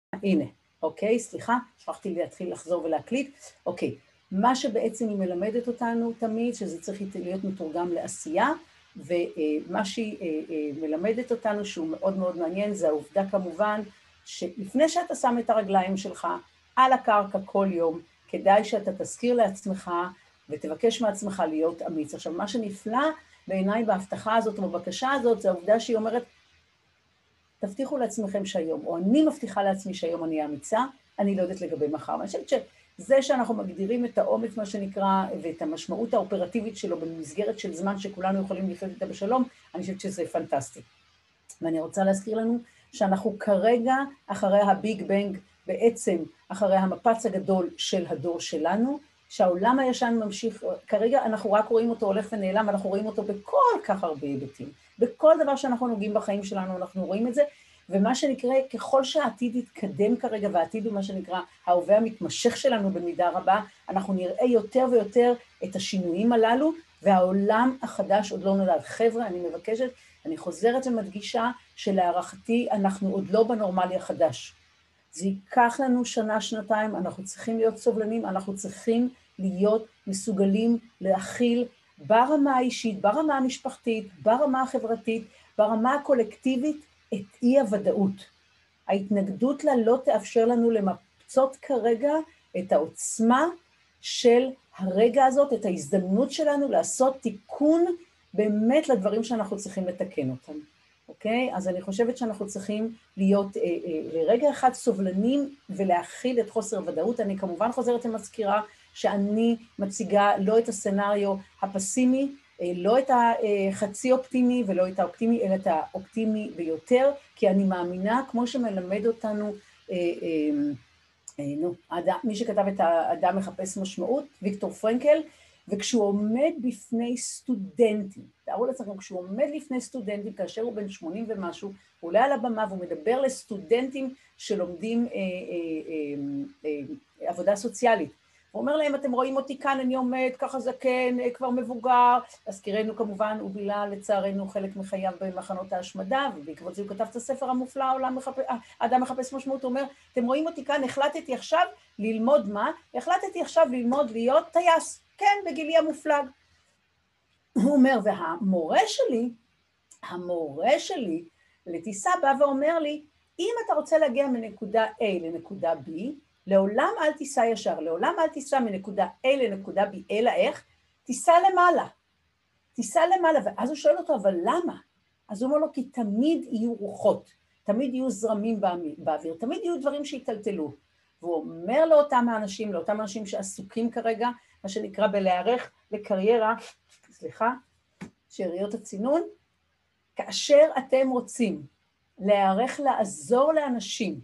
הנה, אוקיי, סליחה, שכחתי להתחיל לחזור ולהקליט. אוקיי, מה שבעצם היא מלמדת אותנו תמיד, שזה צריך להיות מתורגם לעשייה, ומה שהיא מלמדת אותנו, שהוא מאוד מאוד מעניין, זה העובדה כמובן, שלפני שאתה שם את הרגליים שלך על הקרקע כל יום, כדאי שאתה תזכיר לעצמך ותבקש מעצמך להיות אמיץ. עכשיו, מה שנפלא בעיניי בהבטחה הזאת או בבקשה הזאת, זה העובדה שהיא אומרת, תבטיחו לעצמכם שהיום, או אני מבטיחה לעצמי שהיום אני אמיצה, אני לא יודעת לגבי מחר. אני חושבת שזה שאנחנו מגדירים את האומץ, מה שנקרא, ואת המשמעות האופרטיבית שלו במסגרת של זמן שכולנו יכולים לחיות איתה בשלום, אני חושבת שזה פנטסטי. ואני רוצה להזכיר לנו שאנחנו כרגע, אחרי הביג בנג, בעצם אחרי המפץ הגדול של הדור שלנו, שהעולם הישן ממשיך, כרגע אנחנו רק רואים אותו הולך ונעלם, אנחנו רואים אותו בכל כך הרבה היבטים. בכל דבר שאנחנו נוגעים בחיים שלנו, אנחנו רואים את זה, ומה שנקרא, ככל שהעתיד יתקדם כרגע, והעתיד הוא מה שנקרא, ההווה המתמשך שלנו במידה רבה, אנחנו נראה יותר ויותר את השינויים הללו, והעולם החדש עוד לא נולד. חבר'ה, אני מבקשת, אני חוזרת ומדגישה שלהערכתי אנחנו עוד לא בנורמלי החדש. זה ייקח לנו שנה, שנתיים, אנחנו צריכים להיות סובלנים, אנחנו צריכים להיות מסוגלים להכיל ברמה האישית, ברמה המשפחתית, ברמה החברתית, ברמה הקולקטיבית, את אי הוודאות. ההתנגדות לה לא תאפשר לנו למצות כרגע את העוצמה של הרגע הזאת, את ההזדמנות שלנו לעשות תיקון באמת לדברים שאנחנו צריכים לתקן אותם. אוקיי? אז אני חושבת שאנחנו צריכים להיות לרגע אחד סובלנים ולהכיל את חוסר הוודאות. אני כמובן חוזרת ומזכירה שאני מציגה לא את הסצנריו הפסימי, לא את החצי אופטימי ולא את האופטימי, אלא את האופטימי ביותר, כי אני מאמינה, כמו שמלמד אותנו, מי שכתב את האדם מחפש משמעות, ויקטור פרנקל, וכשהוא עומד בפני סטודנטים, תארו לעצמכם, כשהוא עומד לפני סטודנטים, כאשר הוא בן 80 ומשהו, הוא עולה על הבמה והוא מדבר לסטודנטים שלומדים עבודה סוציאלית. הוא אומר להם, אתם רואים אותי כאן, אני עומד, ככה זקן, כבר מבוגר. הזכירנו כמובן, הוא בילה לצערנו חלק מחייו במחנות ההשמדה, ובעקבות זה הוא כתב את הספר המופלא, האדם מחפש משמעות, הוא אומר, אתם רואים אותי כאן, החלטתי עכשיו ללמוד מה? החלטתי עכשיו ללמוד להיות טייס. כן, בגילי המופלג. הוא אומר, המורה שלי לטיסה בא ואומר לי, אם אתה רוצה להגיע מנקודה A לנקודה B, לעולם אל תיסע ישר, לעולם אל תיסע מנקודה A לנקודה B, אלא איך? תיסע למעלה. ואז הוא שואל אותו, אבל למה? אז הוא אומר לו, כי תמיד יהיו רוחות, תמיד יהיו זרמים באוויר, תמיד יהיו דברים שיטלטלו. והוא אומר לאותם האנשים שעסוקים כרגע, מה שנקרא בלהיערך לקריירה, שאריות הצינון, כאשר אתם רוצים להיערך לעזור לאנשים,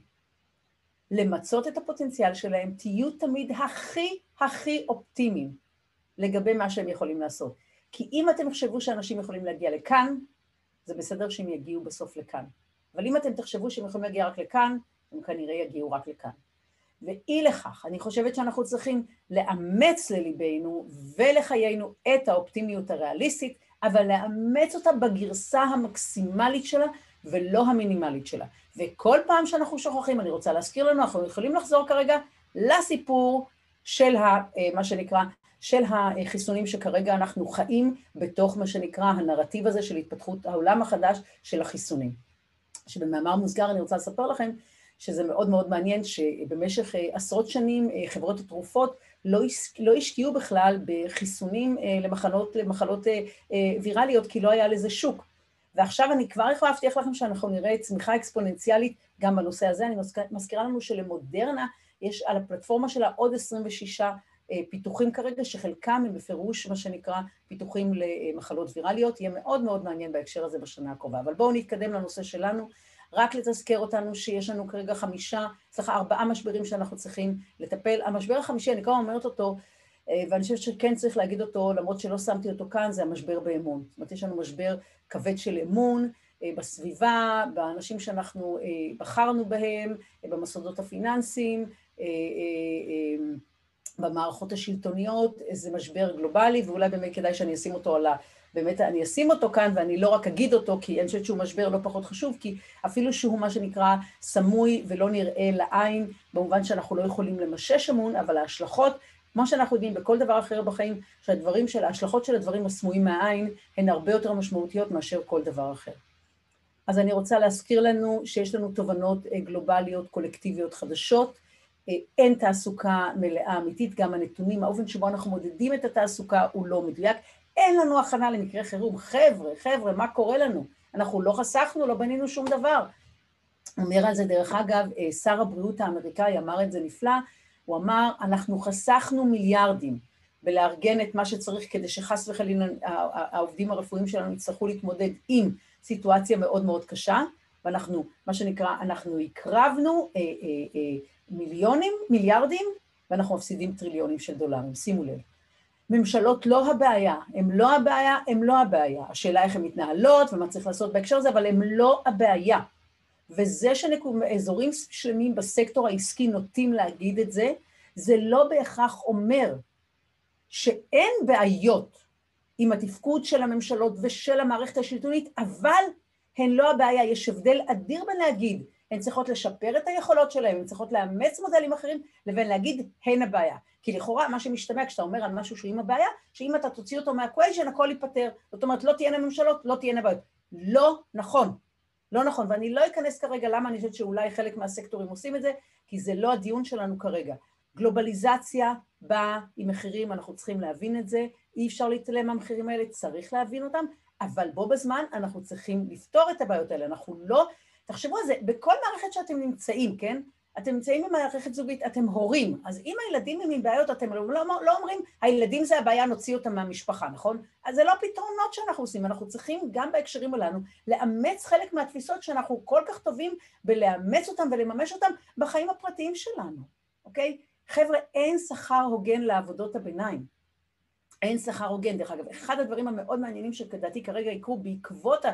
למצות את הפוטנציאל שלהם, תהיו תמיד הכי אופטימיים לגבי מה שהם יכולים לעשות. כי אם אתם תחשבו שאנשים יכולים להגיע לכאן, זה בסדר שהם יגיעו בסוף לכאן. אבל אם אתם תחשבו שהם יכולים להגיע רק לכאן, הם כנראה יגיעו רק לכאן. ואי לכך, אני חושבת שאנחנו צריכים לאמץ לליבנו ולחיינו את האופטימיות הריאליסטית, אבל לאמץ אותה בגרסה המקסימלית שלה ולא המינימלית שלה. וכל פעם שאנחנו שוכחים, אני רוצה להזכיר לנו, אנחנו יכולים לחזור כרגע לסיפור של מה שנקרא, של החיסונים שכרגע אנחנו חיים בתוך מה שנקרא הנרטיב הזה של התפתחות העולם החדש של החיסונים. שבמאמר מוסגר אני רוצה לספר לכם, שזה מאוד מאוד מעניין שבמשך עשרות שנים חברות התרופות לא השקיעו בכלל בחיסונים למחלות ויראליות, כי לא היה לזה שוק. ועכשיו אני כבר יכולה להבטיח לכם שאנחנו נראה צמיחה אקספוננציאלית גם בנושא הזה. אני מזכירה לנו שלמודרנה יש על הפלטפורמה שלה עוד 26 פיתוחים כרגע, שחלקם הם בפירוש מה שנקרא פיתוחים למחלות ויראליות. יהיה מאוד מאוד מעניין בהקשר הזה בשנה הקרובה. אבל בואו נתקדם לנושא שלנו. רק לתזכר אותנו שיש לנו כרגע 4 משברים שאנחנו צריכים לטפל. המשבר החמישי, אני כבר אומרת אותו, ואני חושבת שכן צריך להגיד אותו, למרות שלא שמתי אותו כאן, זה המשבר באמון. זאת אומרת, יש לנו משבר כבד של אמון בסביבה, באנשים שאנחנו בחרנו בהם, במוסדות הפיננסיים, במערכות השלטוניות, זה משבר גלובלי, ואולי באמת כדאי שאני אשים אותו באמת אני אשים אותו כאן ואני לא רק אגיד אותו, כי אני חושבת שהוא משבר לא פחות חשוב, כי אפילו שהוא מה שנקרא סמוי ולא נראה לעין, במובן שאנחנו לא יכולים למשש אמון, אבל ההשלכות, כמו שאנחנו יודעים בכל דבר אחר בחיים, ההשלכות של הדברים הסמויים מהעין הן הרבה יותר משמעותיות מאשר כל דבר אחר. אז אני רוצה להזכיר לנו שיש לנו תובנות גלובליות, קולקטיביות חדשות, אין תעסוקה מלאה אמיתית, גם הנתונים, האופן שבו אנחנו מודדים את התעסוקה הוא לא מדויק, אין לנו הכנה למקרה חירום, חבר'ה, מה קורה לנו? אנחנו לא חסכנו, לא בנינו שום דבר. אומר על זה דרך אגב, שר הבריאות האמריקאי אמר את זה נפלא, הוא אמר, אנחנו חסכנו מיליארדים בלארגן את מה שצריך כדי שחס וחלילה העובדים הרפואיים שלנו יצטרכו להתמודד עם סיטואציה מאוד מאוד קשה, ואנחנו, מה שנקרא, אנחנו הקרבנו מיליארדים, ואנחנו מפסידים טריליונים של דולרים, שימו לב. ממשלות לא הבעיה, הם לא הבעיה. השאלה איך הן מתנהלות ומה צריך לעשות בהקשר הזה, אבל הם לא הבעיה. וזה שאזורים שלמים בסקטור העסקי נוטים להגיד את זה, זה לא בהכרח אומר שאין בעיות עם התפקוד של הממשלות ושל המערכת השלטונית, אבל הן לא הבעיה. יש הבדל אדיר בין להגיד, הן צריכות לשפר את היכולות שלהן, הן צריכות לאמץ מודלים אחרים, לבין להגיד, הן הבעיה. כי לכאורה, מה שמשתמע כשאתה אומר על משהו שהוא עם הבעיה, שאם אתה תוציא אותו מהאקווייז'ן, הכל ייפטר. זאת אומרת, לא תהיינה ממשלות, לא תהיינה בעיות. לא נכון. לא נכון, ואני לא אכנס כרגע למה אני חושבת שאולי חלק מהסקטורים עושים את זה, כי זה לא הדיון שלנו כרגע. גלובליזציה באה עם מחירים, אנחנו צריכים להבין את זה, אי אפשר להתעלם מהמחירים האלה, צריך להבין אותם, אבל בו בזמן אנחנו צריכים לפתור את הבעיות האלה, אנחנו לא, תחשבו על זה, בכל מערכת שאתם נמצאים, כן? אתם נמצאים במערכת זוגית, אתם הורים, אז אם הילדים הם עם בעיות, אתם לא אומרים, הילדים זה הבעיה, נוציא אותם מהמשפחה, נכון? אז זה לא פתרונות שאנחנו עושים, אנחנו צריכים גם בהקשרים עלינו, לאמץ חלק מהתפיסות שאנחנו כל כך טובים בלאמץ אותם ולממש אותם בחיים הפרטיים שלנו, אוקיי? חבר'ה, אין שכר הוגן לעבודות הביניים. אין שכר הוגן, דרך אגב. אחד הדברים המאוד מעניינים שכדעתי כרגע יקרו בעקבות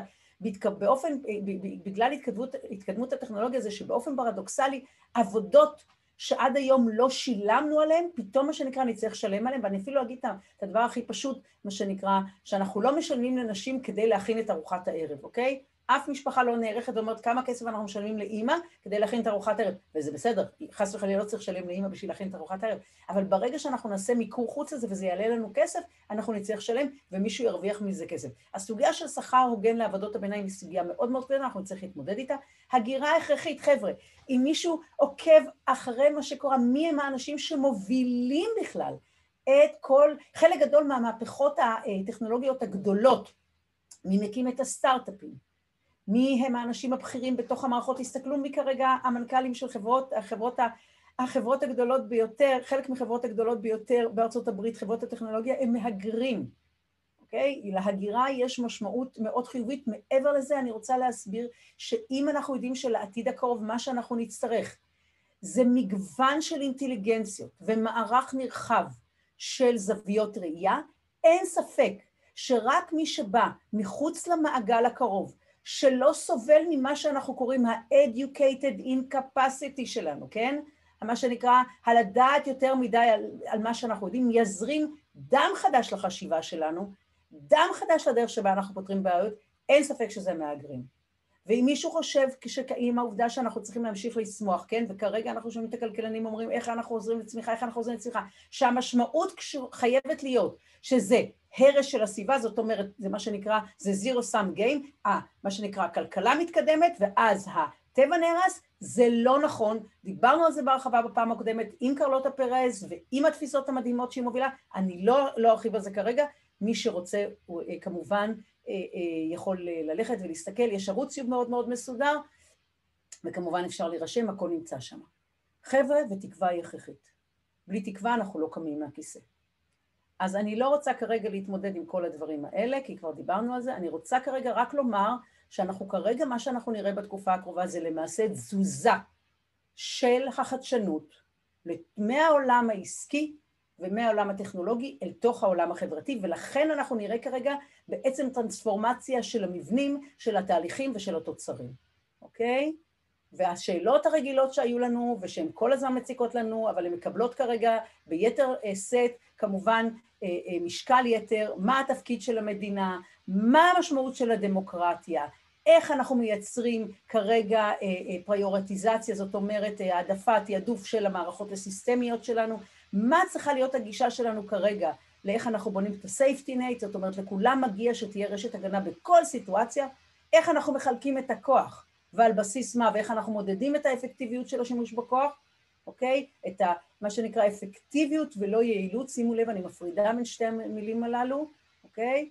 בגלל התקדמות הטכנולוגיה זה שבאופן פרדוקסלי, עבודות שעד היום לא שילמנו עליהן, פתאום מה שנקרא נצטרך לשלם עליהן, ואני אפילו אגיד את הדבר הכי פשוט, מה שנקרא, שאנחנו לא משלמים לנשים כדי להכין את ארוחת הערב, אוקיי? אף משפחה לא נערכת ואומרת כמה כסף אנחנו משלמים לאמא כדי להכין את ארוחת הערב, וזה בסדר, חס וחלילה לא צריך לשלם לאמא בשביל להכין את ארוחת הערב, אבל ברגע שאנחנו נעשה מיקור חוץ לזה וזה יעלה לנו כסף, אנחנו נצטרך לשלם ומישהו ירוויח מזה כסף. הסוגיה של שכר הוגן לעבודות הביניים היא סוגיה מאוד מאוד כבדה, אנחנו נצטרך להתמודד איתה. הגירה הכרחית, חבר'ה, אם מישהו עוקב אחרי מה שקורה, מי הם האנשים שמובילים בכלל את חלק גדול מהמהפכות הטכנולוגיות הגדולות, מי מקים את הסטארט-אפים, מי הם האנשים הבכירים בתוך המערכות, תסתכלו מי כרגע המנכ"לים של החברות הגדולות ביותר, חלק מחברות הגדולות ביותר בארצות הברית, חברות הטכנולוגיה, הם מהגרים, אוקיי? להגירה יש משמעות מאוד חיובית, מעבר לזה אני רוצה להסביר שאם אנחנו יודעים שלעתיד הקרוב מה שאנחנו נצטרך, זה מגוון של אינטליגנציות ומערך נרחב של זוויות ראייה, אין ספק שרק מי שבא מחוץ למעגל הקרוב, שלא סובל ממה שאנחנו קוראים ה-educated incapacity שלנו, כן? מה שנקרא, הלדעת יותר מדי על מה שאנחנו יודעים, יזרים דם חדש לחשיבה שלנו, דם חדש לדרך שבה אנחנו פותרים בעיות, אין ספק שזה מהגרים. ואם מישהו חושב עם העובדה שאנחנו צריכים להמשיך לשמוח, כן? וכרגע אנחנו שומעים את הכלכלנים אומרים איך אנחנו עוזרים לצמיחה, שהמשמעות חייבת להיות שזה הרס של הסביבה, זאת אומרת, זה מה שנקרא, זה zero sum game, מה שנקרא, הכלכלה מתקדמת, ואז הטבע נהרס, זה לא נכון, דיברנו על זה בהרחבה בפעם הקודמת, עם קרלוטה פרז, ועם התפיסות המדהימות שהיא מובילה, אני לא ארחיב על זה כרגע, מי שרוצה, הוא כמובן יכול ללכת ולהסתכל, יש ערוץ יוב מאוד מאוד מסודר, וכמובן אפשר להירשם, הכל נמצא שם. חבר'ה, ותקווה היא הכרחית. בלי תקווה אנחנו לא קמים מהכיסא. אז אני לא רוצה כרגע להתמודד עם כל הדברים האלה, כי כבר דיברנו על זה, אני רוצה כרגע רק לומר שאנחנו כרגע, מה שאנחנו נראה בתקופה הקרובה זה למעשה תזוזה של החדשנות מהעולם העסקי ומהעולם הטכנולוגי אל תוך העולם החברתי, ולכן אנחנו נראה כרגע בעצם טרנספורמציה של המבנים, של התהליכים ושל התוצרים. אוקיי? והשאלות הרגילות שהיו לנו, ושהן כל הזמן מציקות לנו, אבל הן מקבלות כרגע ביתר סט, כמובן משקל יתר, מה התפקיד של המדינה, מה המשמעות של הדמוקרטיה, איך אנחנו מייצרים כרגע פריורטיזציה, זאת אומרת העדפה, תעדוף של המערכות הסיסטמיות שלנו, מה צריכה להיות הגישה שלנו כרגע, לאיך אנחנו בונים את ה-safety net, זאת אומרת לכולם מגיע שתהיה רשת הגנה בכל סיטואציה, איך אנחנו מחלקים את הכוח, ועל בסיס מה, ואיך אנחנו מודדים את האפקטיביות של השימוש בכוח, אוקיי? את מה שנקרא אפקטיביות ולא יעילות, שימו לב, אני מפרידה בין שתי המילים הללו, אוקיי?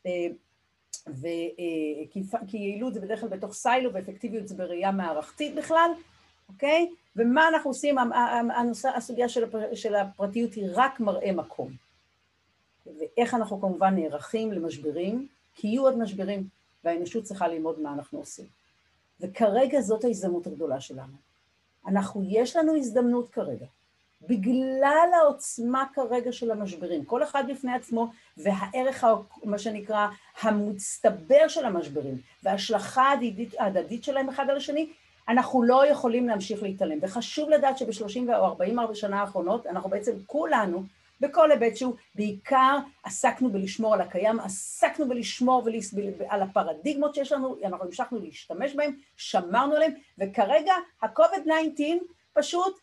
כי יעילות זה בדרך כלל בתוך סיילו, ואפקטיביות זה בראייה מערכתית בכלל, אוקיי? ומה אנחנו עושים, הסוגיה של הפרטיות היא רק מראה מקום. ואיך אנחנו כמובן נערכים למשברים, כי יהיו עוד משברים, והאנושות צריכה ללמוד מה אנחנו עושים. וכרגע זאת ההזדמנות הגדולה שלנו. יש לנו הזדמנות כרגע, בגלל העוצמה כרגע של המשברים, כל אחד בפני עצמו, והערך, מה שנקרא, המצטבר של המשברים, וההשלכה ההדדית שלהם אחד על השני, אנחנו לא יכולים להמשיך להתעלם. וחשוב לדעת שב-30 או 40 שנה האחרונות, אנחנו בעצם כולנו, בכל היבט שהוא, בעיקר עסקנו בלשמור על הקיים, עסקנו בלשמור על הפרדיגמות שיש לנו, אנחנו המשכנו להשתמש בהם, שמרנו עליהם, וכרגע ה-COVID-19 פשוט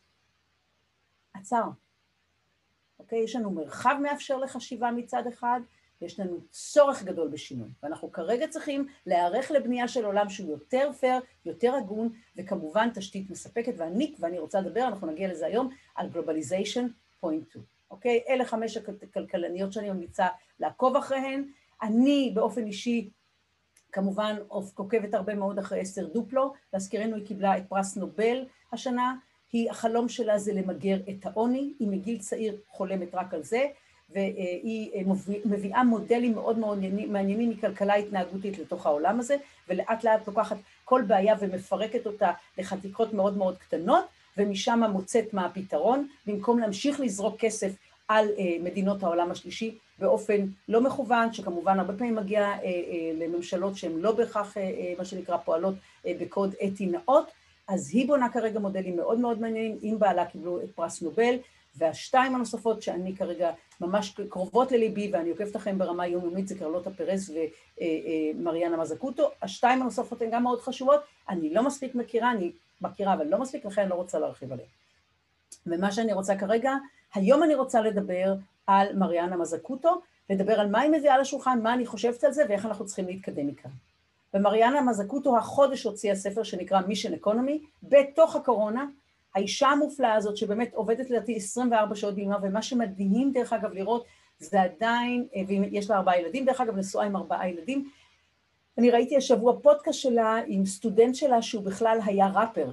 עצר. אוקיי? יש לנו מרחב מאפשר לחשיבה מצד אחד, יש לנו צורך גדול בשינוי, ואנחנו כרגע צריכים להיערך לבנייה של עולם שהוא יותר פייר, יותר הגון, וכמובן תשתית מספקת, ואני רוצה לדבר, אנחנו נגיע לזה היום, על Globalization Point 2. אוקיי? אלה 5 הכלכלניות שאני ממליצה לעקוב אחריהן. אני באופן אישי, כמובן, עוקבת הרבה מאוד אחרי אסתר דופלו, להזכירנו היא קיבלה את פרס נובל השנה, החלום שלה זה למגר את העוני, היא מגיל צעיר חולמת רק על זה, והיא מביאה מודלים מאוד מאוד מעניינים מכלכלה התנהגותית לתוך העולם הזה, ולאט לאט לוקחת כל בעיה ומפרקת אותה לחתיכות מאוד מאוד קטנות, ומשם מוצאת מה הפתרון, במקום להמשיך לזרוק כסף על מדינות העולם השלישי באופן לא מכוון, שכמובן הרבה פעמים מגיע לממשלות שהן לא בהכרח מה שנקרא פועלות בקוד אתי נאות, אז היא בונה כרגע מודלים מאוד מאוד מעניינים, עם בעלה קיבלו את פרס נובל, והשתיים הנוספות שאני כרגע ממש קרובות לליבי, ואני עוקבת לכם ברמה יומיומית, זה קרלוטה פרז ומריאנה מזקוטו, השתיים הנוספות הן גם מאוד חשובות, אני לא מספיק מכירה, אני מכירה אבל לא מספיק, לכן אני לא רוצה להרחיב עליהן. ומה שאני רוצה כרגע, היום אני רוצה לדבר על מריאנה מזקוטו, לדבר על מה היא מביאה לשולחן, מה אני חושבת על זה ואיך אנחנו צריכים להתקדם מכאן. ומריאנה מזקוטו החודש הוציאה ספר שנקרא Mission Economy, בתוך הקורונה, האישה המופלאה הזאת שבאמת עובדת לדעתי 24 שעות ביממה, ומה שמדהים דרך אגב לראות, זה עדיין, ויש לה 4 ילדים, דרך אגב נשואה עם 4 ילדים, אני ראיתי השבוע פודקאסט שלה עם סטודנט שלה שהוא בכלל היה ראפר,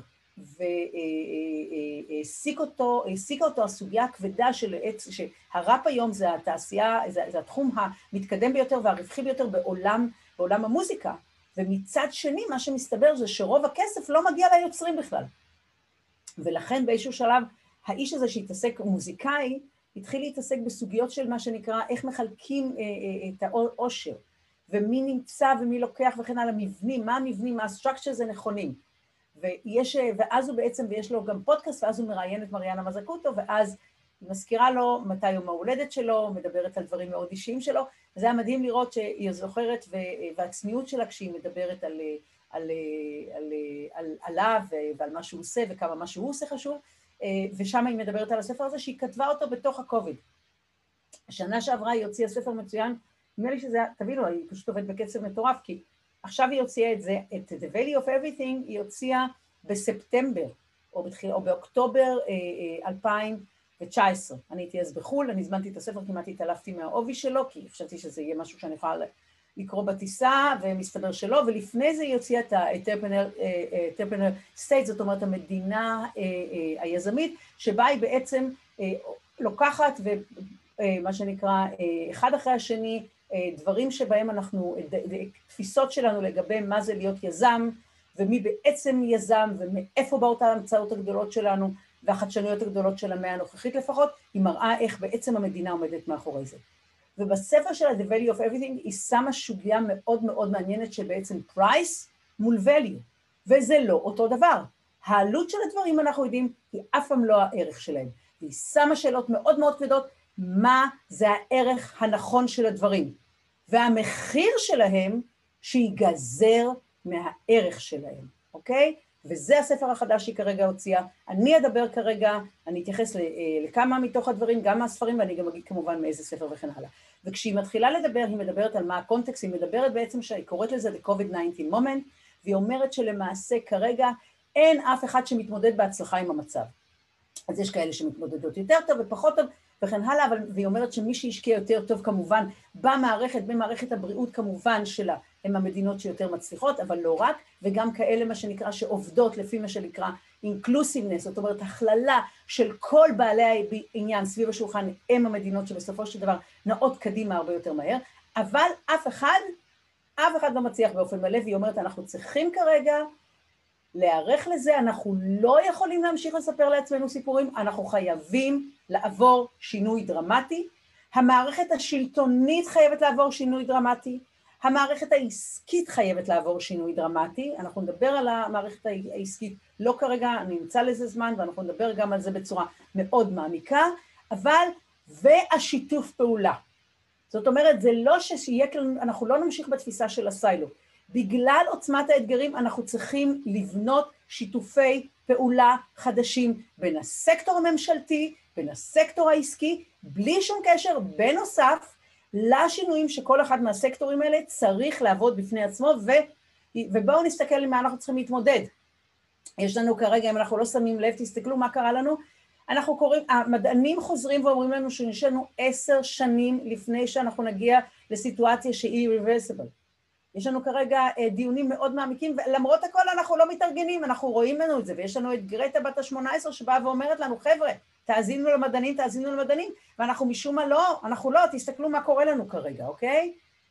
והעסיקה אותו הסוגיה הכבדה של שהראפ היום זה התעשייה, זה התחום המתקדם ביותר והרווחי ביותר בעולם המוזיקה, ומצד שני מה שמסתבר זה שרוב הכסף לא מגיע ליוצרים בכלל. ולכן באיזשהו שלב האיש הזה שהתעסק מוזיקאי, התחיל להתעסק בסוגיות של מה שנקרא איך מחלקים את העושר, ומי נמצא ומי לוקח וכן על המבנים, מה המבנים, מה הסטרקצ'ר זה נכונים. ואז הוא בעצם, ויש לו גם פודקאסט, ואז הוא מראיין את מריאנה מזקוטו, ואז היא מזכירה לו מתי יום ההולדת שלו, מדברת על דברים מאוד אישיים שלו, וזה היה מדהים לראות שהיא זוכרת, והצניעות שלה כשהיא מדברת עליו ועל מה שהוא עושה, וכמה מה שהוא עושה חשוב, ושם היא מדברת על הספר הזה, שהיא כתבה אותו בתוך הקוביד. השנה שעברה היא הוציאה ספר מצוין, נראה לי שזה, תבינו, היא פשוט עובדת בקצב מטורף, כי עכשיו היא הוציאה את זה, את The Value of Everything, היא הוציאה בספטמבר, או באוקטובר 2019. אני הייתי אז בחול, אני הזמנתי את הספר, כמעט התעלפתי מהעובי שלו, כי חשבתי שזה יהיה משהו שאני יכולה לקרוא בטיסה, ומסתבר שלא, ולפני זה היא הוציאה את ה-Entrepreneur State, זאת אומרת המדינה היזמית, שבה היא בעצם לוקחת, ומה שנקרא, אחד אחרי השני, דברים שבהם אנחנו, תפיסות שלנו לגבי מה זה להיות יזם, ומי בעצם יזם, ומאיפה באות ההמצאות הגדולות שלנו, והחדשנויות הגדולות של המאה הנוכחית לפחות, היא מראה איך בעצם המדינה עומדת מאחורי זה. ובספר שלה, The Value of Everything, היא שמה שוגיה מאוד מאוד מעניינת, שבעצם price מול value, וזה לא אותו דבר. העלות של הדברים אנחנו יודעים, היא אף פעם לא הערך שלהם. והיא שמה שאלות מאוד מאוד כבדות, מה זה הערך הנכון של הדברים. והמחיר שלהם שיגזר מהערך שלהם, אוקיי? וזה הספר החדש שהיא כרגע הוציאה. אני אדבר כרגע, אני אתייחס לכמה מתוך הדברים, גם מהספרים, ואני גם אגיד כמובן מאיזה ספר וכן הלאה. וכשהיא מתחילה לדבר, היא מדברת על מה הקונטקסט, היא מדברת בעצם שהיא קוראת לזה The COVID-19 Moment, והיא אומרת שלמעשה כרגע אין אף אחד שמתמודד בהצלחה עם המצב. אז יש כאלה שמתמודדות יותר טוב ופחות טוב וכן הלאה, והיא אומרת שמי שהשקיע יותר טוב כמובן במערכת הבריאות כמובן שלה, הם המדינות שיותר מצליחות, אבל לא רק, וגם כאלה מה שנקרא שעובדות לפי מה שנקרא inclusiveness, זאת אומרת הכללה של כל בעלי העניין סביב השולחן, הם המדינות שבסופו של דבר נעות קדימה הרבה יותר מהר, אבל אף אחד לא מצליח באופן מלא, והיא אומרת אנחנו צריכים כרגע להיערך לזה, אנחנו לא יכולים להמשיך לספר לעצמנו סיפורים, אנחנו חייבים לעבור שינוי דרמטי, המערכת השלטונית חייבת לעבור שינוי דרמטי, המערכת העסקית חייבת לעבור שינוי דרמטי, אנחנו נדבר על המערכת העסקית לא כרגע, אני נמצא לזה זמן, ואנחנו נדבר גם על זה בצורה מאוד מעמיקה, אבל, והשיתוף פעולה. זאת אומרת, זה לא שיהיה, אנחנו לא נמשיך בתפיסה של הסיילו, בגלל עוצמת האתגרים אנחנו צריכים לבנות שיתופי פעולה חדשים בין הסקטור הממשלתי, בין הסקטור העסקי, בלי שום קשר, בנוסף לשינויים שכל אחד מהסקטורים האלה צריך לעבוד בפני עצמו, ובואו נסתכל עם מה אנחנו צריכים להתמודד. יש לנו כרגע, אם אנחנו לא שמים לב, תסתכלו מה קרה לנו, אנחנו קוראים, המדענים חוזרים ואומרים לנו שיש לנו 10 שנים לפני שאנחנו נגיע לסיטואציה שהיא reversible. יש לנו כרגע דיונים מאוד מעמיקים, ולמרות הכל אנחנו לא מתארגנים, אנחנו רואים לנו את זה, ויש לנו את גרטה בת ה-18 שבאה ואומרת לנו, חבר'ה, תאזינו למדענים, ואנחנו משום מה לא, אנחנו לא, תסתכלו מה קורה לנו כרגע, אוקיי?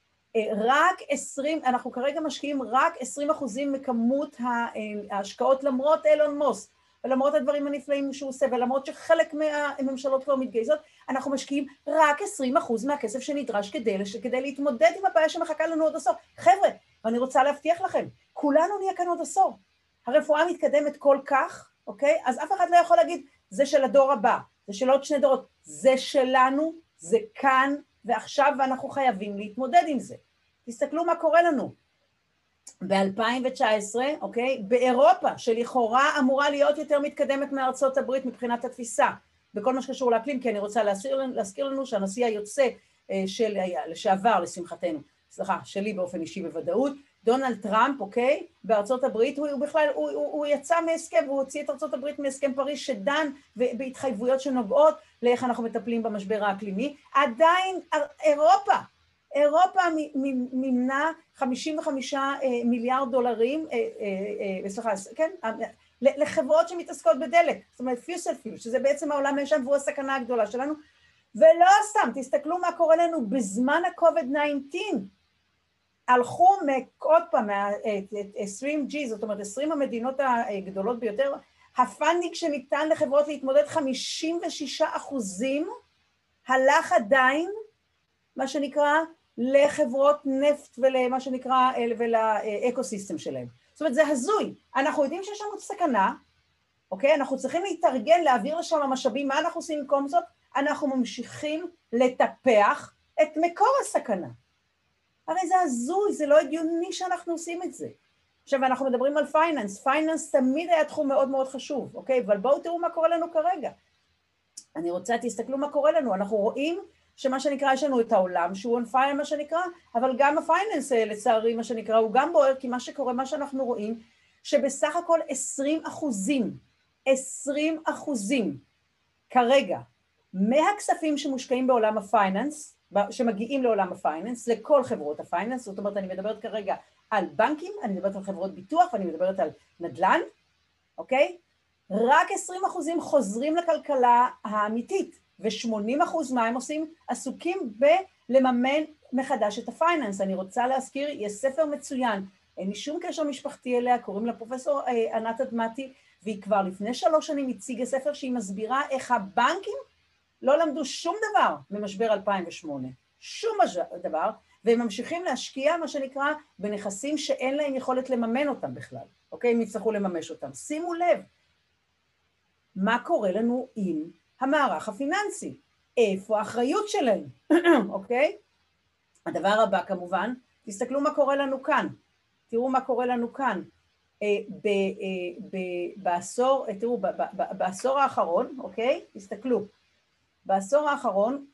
אנחנו כרגע משקיעים רק 20% מכמות ההשקעות למרות אילון מוסק, ולמרות הדברים הנפלאים שהוא עושה, ולמרות שחלק מהממשלות כבר מתגייסות, אנחנו משקיעים רק 20% מהכסף שנדרש כדי להתמודד עם הבעיה שמחכה לנו עוד עשור. חבר'ה, ואני רוצה להבטיח לכם, כולנו נהיה כאן עוד עשור. הרפואה מתקדמת כל כך, אוקיי? אז אף אחד לא יכול להגיד, זה של הדור הבא, זה של עוד 2 דורות, זה שלנו, זה כאן ועכשיו, ואנחנו חייבים להתמודד עם זה. תסתכלו מה קורה לנו. ב-2019, אוקיי, באירופה, שלכאורה אמורה להיות יותר מתקדמת מארצות הברית מבחינת התפיסה, בכל מה שקשור לאקלים, כי אני רוצה להזכיר לנו שהנשיא היוצא לשעבר, לשמחתנו, שלי באופן אישי בוודאות, דונלד טראמפ, אוקיי, בארצות הברית, הוא בכלל, הוא יצא מהסכם, הוא הוציא את ארצות הברית מהסכם פריז, שדן בהתחייבויות שנוגעות לאיך אנחנו מטפלים במשבר האקלימי, עדיין אירופה מימנה 55 מיליארד דולרים, כן, לחברות שמתעסקות בדלק, זאת אומרת פיוסל פיוס, שזה בעצם העולם הישן והוא הסכנה הגדולה שלנו, ולא סתם, תסתכלו מה קורה לנו בזמן ה-COVID-19, הלכו עוד פעם, 20G, זאת אומרת 20 המדינות הגדולות ביותר, הפנדיק שניתן לחברות להתמודד 56% הלך עדיין, מה שנקרא, לחברות נפט ולמה שנקרא, ולאקוסיסטם שלהם. זאת אומרת, זה הזוי. אנחנו יודעים שיש לנו סכנה, אוקיי? אנחנו צריכים להתארגן, להעביר לשם המשאבים. מה אנחנו עושים במקום זאת? אנחנו ממשיכים לטפח את מקור הסכנה. הרי זה הזוי, זה לא הגיוני שאנחנו עושים את זה. עכשיו, אנחנו מדברים על פייננס. פייננס תמיד היה תחום מאוד מאוד חשוב, אוקיי? אבל בואו תראו מה קורה לנו כרגע. אני רוצה, תסתכלו מה קורה לנו. אנחנו רואים שמה שנקרא, יש לנו את העולם, שהוא on fire, מה שנקרא, אבל גם הפייננס, לצערי, מה שנקרא, הוא גם בוער, כי מה שקורה, מה שאנחנו רואים, שבסך הכל 20% כרגע, מהכספים שמושקעים בעולם הפייננס, שמגיעים לעולם הפייננס, לכל חברות הפייננס, זאת אומרת, אני מדברת כרגע על בנקים, אני מדברת על חברות ביטוח, ואני מדברת על נדל"ן, אוקיי? רק 20% חוזרים לכלכלה האמיתית, ו80% מה הם עושים? עסוקים בלממן מחדש את הפייננס. אני רוצה להזכיר, יש ספר מצוין, אין לי שום קשר משפחתי אליה, קוראים לה פרופסור ענת אדמתי, והיא כבר לפני 3 שנים הציגה ספר שהיא מסבירה איך הבנקים לא למדו שום דבר ממשבר 2008, שום דבר, והם ממשיכים להשקיע, מה שנקרא, בנכסים שאין להם יכולת לממן אותם בכלל, אוקיי? אם יצטרכו לממש אותם. שימו לב, מה קורה לנו עם המערך הפיננסי? איפה האחריות שלהם? אוקיי? הדבר הבא כמובן, תסתכלו מה קורה לנו כאן. תראו מה קורה לנו כאן. בעשור האחרון, אוקיי? תסתכלו. בעשור האחרון,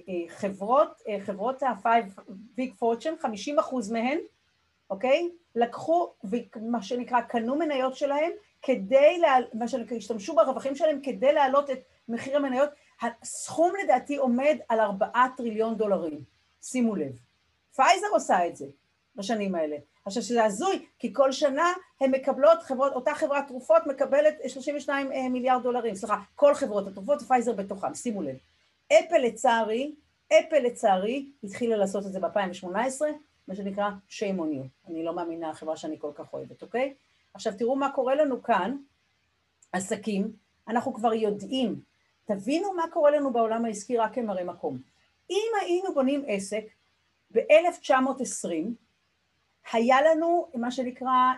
חברות ה-5 Big Fortune, 50% מהן, אוקיי? לקחו, מה שנקרא, קנו מניות שלהם, כדי, מה שנקרא, השתמשו ברווחים שלהם כדי להעלות את מחיר המניות. הסכום לדעתי עומד על 4 טריליון דולרים. שימו לב. פייזר עושה את זה בשנים האלה. עכשיו שזה הזוי, כי כל שנה הן מקבלות, אותה חברת תרופות מקבלת 32 מיליארד דולרים. סליחה, כל חברות התרופות, פייזר בתוכם, שימו לב. אפל לצערי, התחילה לעשות את זה ב-2018, מה שנקרא shame on you. אני לא מאמינה החברה שאני כל כך אוהבת, אוקיי? עכשיו תראו מה קורה לנו כאן, עסקים, אנחנו כבר יודעים, תבינו מה קורה לנו בעולם העסקי רק כמראה מקום. אם היינו בונים עסק ב-1920, היה לנו מה שנקרא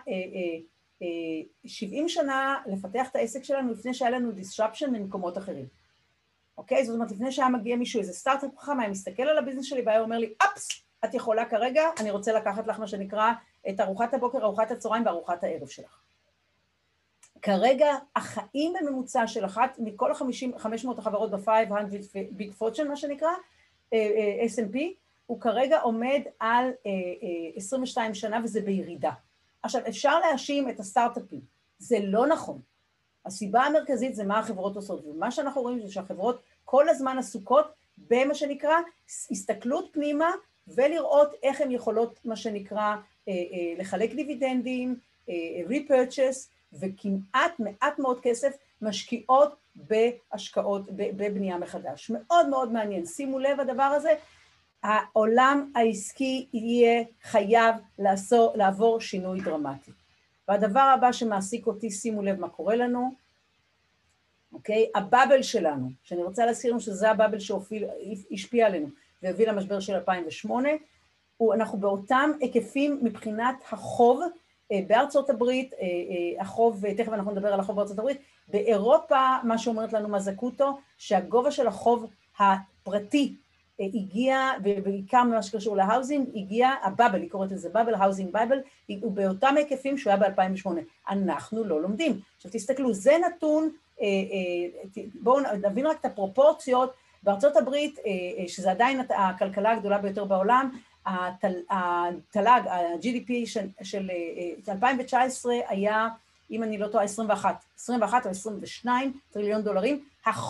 70 שנה לפתח את העסק שלנו לפני שהיה לנו disruption ממקומות אחרים. אוקיי? זאת אומרת, לפני שהיה מגיע מישהו, איזה סטארט-אפ חכם, היה מסתכל על הביזנס שלי והיה אומר לי, אפס, את יכולה כרגע, אני רוצה לקחת לך מה שנקרא את ארוחת הבוקר, ארוחת הצהריים וארוחת הערב שלך. כרגע החיים בממוצע של אחת מכל 500 החברות ב-500 Big Fortune, מה שנקרא, S&P, הוא כרגע עומד על 22 שנה וזה בירידה. עכשיו, אפשר להאשים את הסטארט-אפים, זה לא נכון. הסיבה המרכזית זה מה החברות עושות, ומה שאנחנו רואים זה שהחברות כל הזמן עסוקות במה שנקרא הסתכלות פנימה, ולראות איך הן יכולות מה שנקרא לחלק דיבידנדים, repurchase, וכמעט מעט מאוד כסף משקיעות בהשקעות, בבנייה מחדש. מאוד מאוד מעניין, שימו לב הדבר הזה, העולם העסקי יהיה חייב לעבור שינוי דרמטי. והדבר הבא שמעסיק אותי, שימו לב מה קורה לנו, אוקיי? הבאבל שלנו, שאני רוצה להזכיר לנו שזה הבאבל שהשפיע עלינו, והביא למשבר של 2008, אנחנו באותם היקפים מבחינת החוב, בארצות הברית, החוב, תכף אנחנו נדבר על החוב בארצות הברית, באירופה, מה שאומרת לנו מזקוטו, שהגובה של החוב הפרטי הגיע, ובעיקר ממה שקשור להאוזינג, הגיע, הבאבל, היא קוראת לזה באבל, האוזינג באבל, הוא באותם היקפים שהוא היה ב-2008. אנחנו לא לומדים. עכשיו תסתכלו, זה נתון, בואו נבין רק את הפרופורציות, בארצות הברית, שזה עדיין הכלכלה הגדולה ביותר בעולם, התל"ג, ה-GDP של 2019 היה, אם אני לא טועה, 21 או 22 טריליון דולרים.